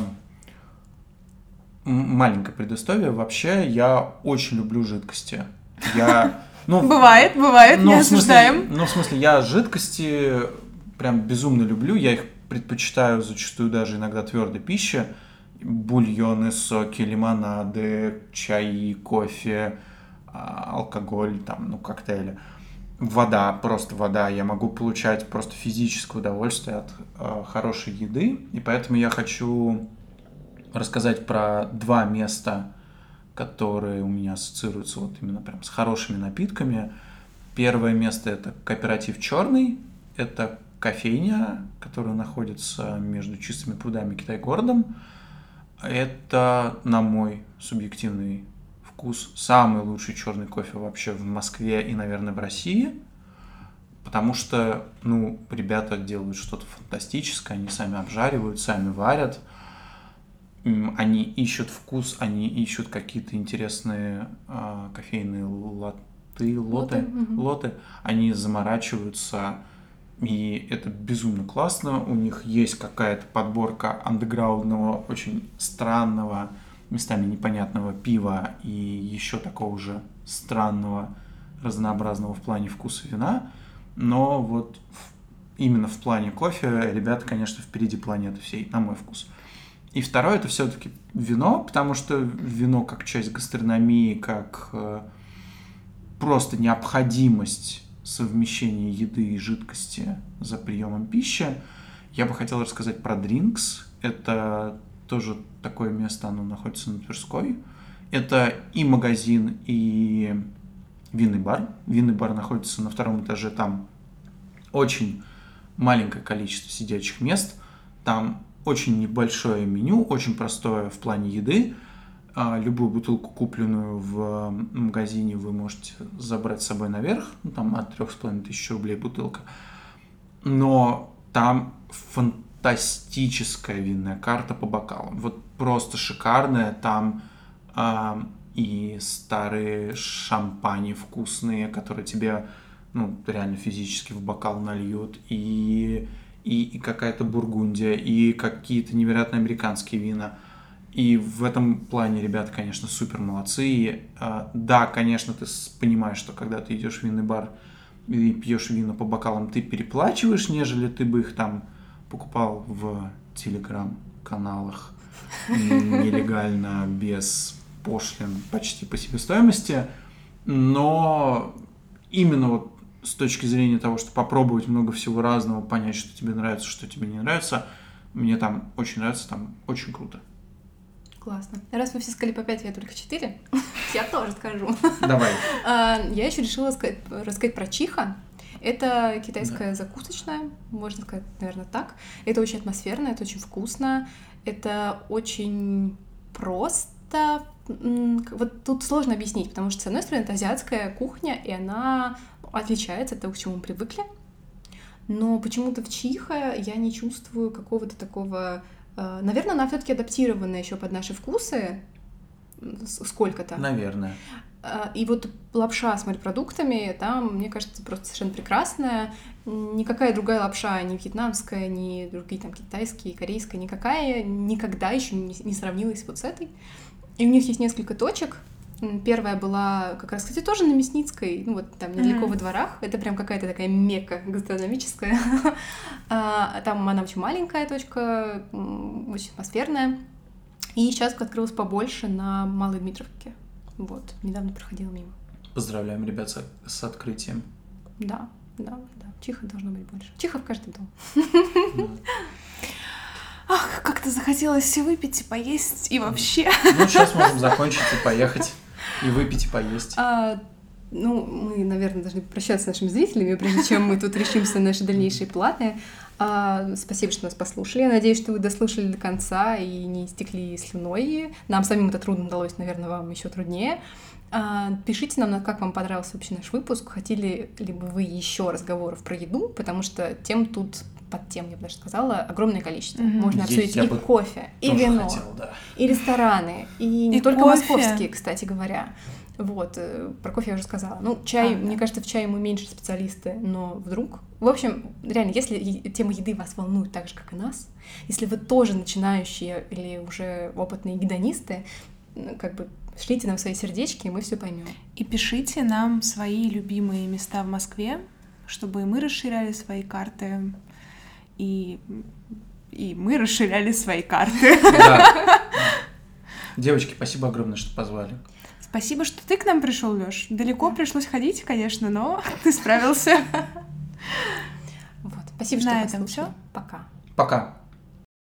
Маленькое предысторие. Вообще, я очень люблю жидкости. Я, ну, бывает, бывает, ну, не в смысле, осуждаем. Ну, в смысле, я жидкости прям безумно люблю. Я их предпочитаю зачастую даже иногда твердой пище. Бульоны, соки, лимонады, чаи, кофе, алкоголь, там, ну, коктейли. Вода, просто вода. Я могу получать просто физическое удовольствие от э, хорошей еды. И поэтому я хочу... рассказать про два места, которые у меня ассоциируются вот именно прям с хорошими напитками. Первое место — это кооператив «Черный». Это кофейня, которая находится между Чистыми прудами и Китай-городом. Это, на мой субъективный вкус, самый лучший черный кофе вообще в Москве и, наверное, в России. Потому что, ну, ребята делают что-то фантастическое, они сами обжаривают, сами варят. Они ищут вкус, они ищут какие-то интересные э, кофейные латы, лоты, лоты. Угу. лоты. Они заморачиваются, и это безумно классно. У них есть какая-то подборка андеграундного, очень странного, местами непонятного пива и еще такого же странного, разнообразного в плане вкуса вина. Но вот в, именно в плане кофе ребята, конечно, впереди планеты всей, на мой вкус. И второе — это все-таки вино, потому что вино как часть гастрономии, как э, просто необходимость совмещения еды и жидкости за приемом пищи. Я бы хотел рассказать про Drinks. Это тоже такое место, оно находится на Тверской. Это и магазин, и винный бар. Винный бар находится на втором этаже, там очень маленькое количество сидячих мест, там очень небольшое меню, очень простое в плане еды. Любую бутылку, купленную в магазине, вы можете забрать с собой наверх. Ну, там от трех с половиной тысяч рублей бутылка. Но там фантастическая винная карта по бокалам. Вот просто шикарная. Там а, и старые шампани вкусные, которые тебе ну, реально физически в бокал нальют, и, и, и какая-то бургундия, и какие-то невероятные американские вина. И в этом плане ребята, конечно, супер молодцы. И, а, да, конечно, ты понимаешь, что когда ты идешь в винный бар и пьешь вино по бокалам, ты переплачиваешь, нежели ты бы их там покупал в телеграм-каналах нелегально, без пошлин, почти по себестоимости. Но именно вот с точки зрения того, что попробовать много всего разного, понять, что тебе нравится, что тебе не нравится, мне там очень нравится, там очень круто. Классно. Раз вы все сказали по пять, я только четыре, я тоже скажу. Давай. Я еще решила рассказать про чиха. Это китайская закусочная, можно сказать, наверное, так. Это очень атмосферно, это очень вкусно, это очень просто. Вот тут сложно объяснить, потому что, с одной стороны, это азиатская кухня, и она отличается от того, к чему мы привыкли. Но почему-то в чиха я не чувствую какого-то такого... Наверное, она все-таки адаптирована еще под наши вкусы сколько-то. Наверное. И вот лапша с морепродуктами, там, мне кажется, просто совершенно прекрасная. Никакая другая лапша, ни вьетнамская, ни другие там китайские, корейская, никакая никогда еще не, не сравнилась вот с этой. И у них есть несколько точек. Первая была как раз, кстати, тоже на Мясницкой, ну вот там недалеко mm-hmm. во дворах. Это прям какая-то такая мекка гастрономическая. Там она очень маленькая точка, очень атмосферная. И сейчас открылась побольше на Малой Дмитровке. Вот, недавно проходила мимо. Поздравляем, ребят, с, с открытием. Да, да, да. Чиха должно быть больше. Чиха в каждом дом. Да. Ах, как-то захотелось выпить и поесть, и вообще. Ну, сейчас можем закончить и поехать, и выпить, и поесть. А, ну, мы, наверное, должны прощаться с нашими зрителями, прежде чем мы тут решимся на наши дальнейшие планы. А, спасибо, что нас послушали. Я надеюсь, что вы дослушали до конца и не истекли слюной. Нам самим это трудно далось, наверное, вам еще труднее. А, пишите нам, как вам понравился вообще наш выпуск. Хотели ли бы вы еще разговоров про еду, потому что тем тут, под тем, я бы даже сказала, огромное количество. Mm-hmm. Можно обсудить я и кофе, и вино, хотел, да. и рестораны, и не и только кофе. Московские, кстати говоря. Вот, про кофе я уже сказала. Ну, чай, а, мне да. кажется, в чае мы меньше специалисты, но вдруг... В общем, реально, если тема еды вас волнует так же, как и нас, если вы тоже начинающие или уже опытные гедонисты, как бы шлите нам свои сердечки, и мы все поймем. И пишите нам свои любимые места в Москве, чтобы мы расширяли свои карты, и, и мы расширяли свои карты. Да. Девочки, спасибо огромное, что позвали. Спасибо, что ты к нам пришел, Лёш. Далеко пришлось ходить, конечно, но ты справился. Вот. Спасибо, что На послушали. этом всё. Пока. Пока.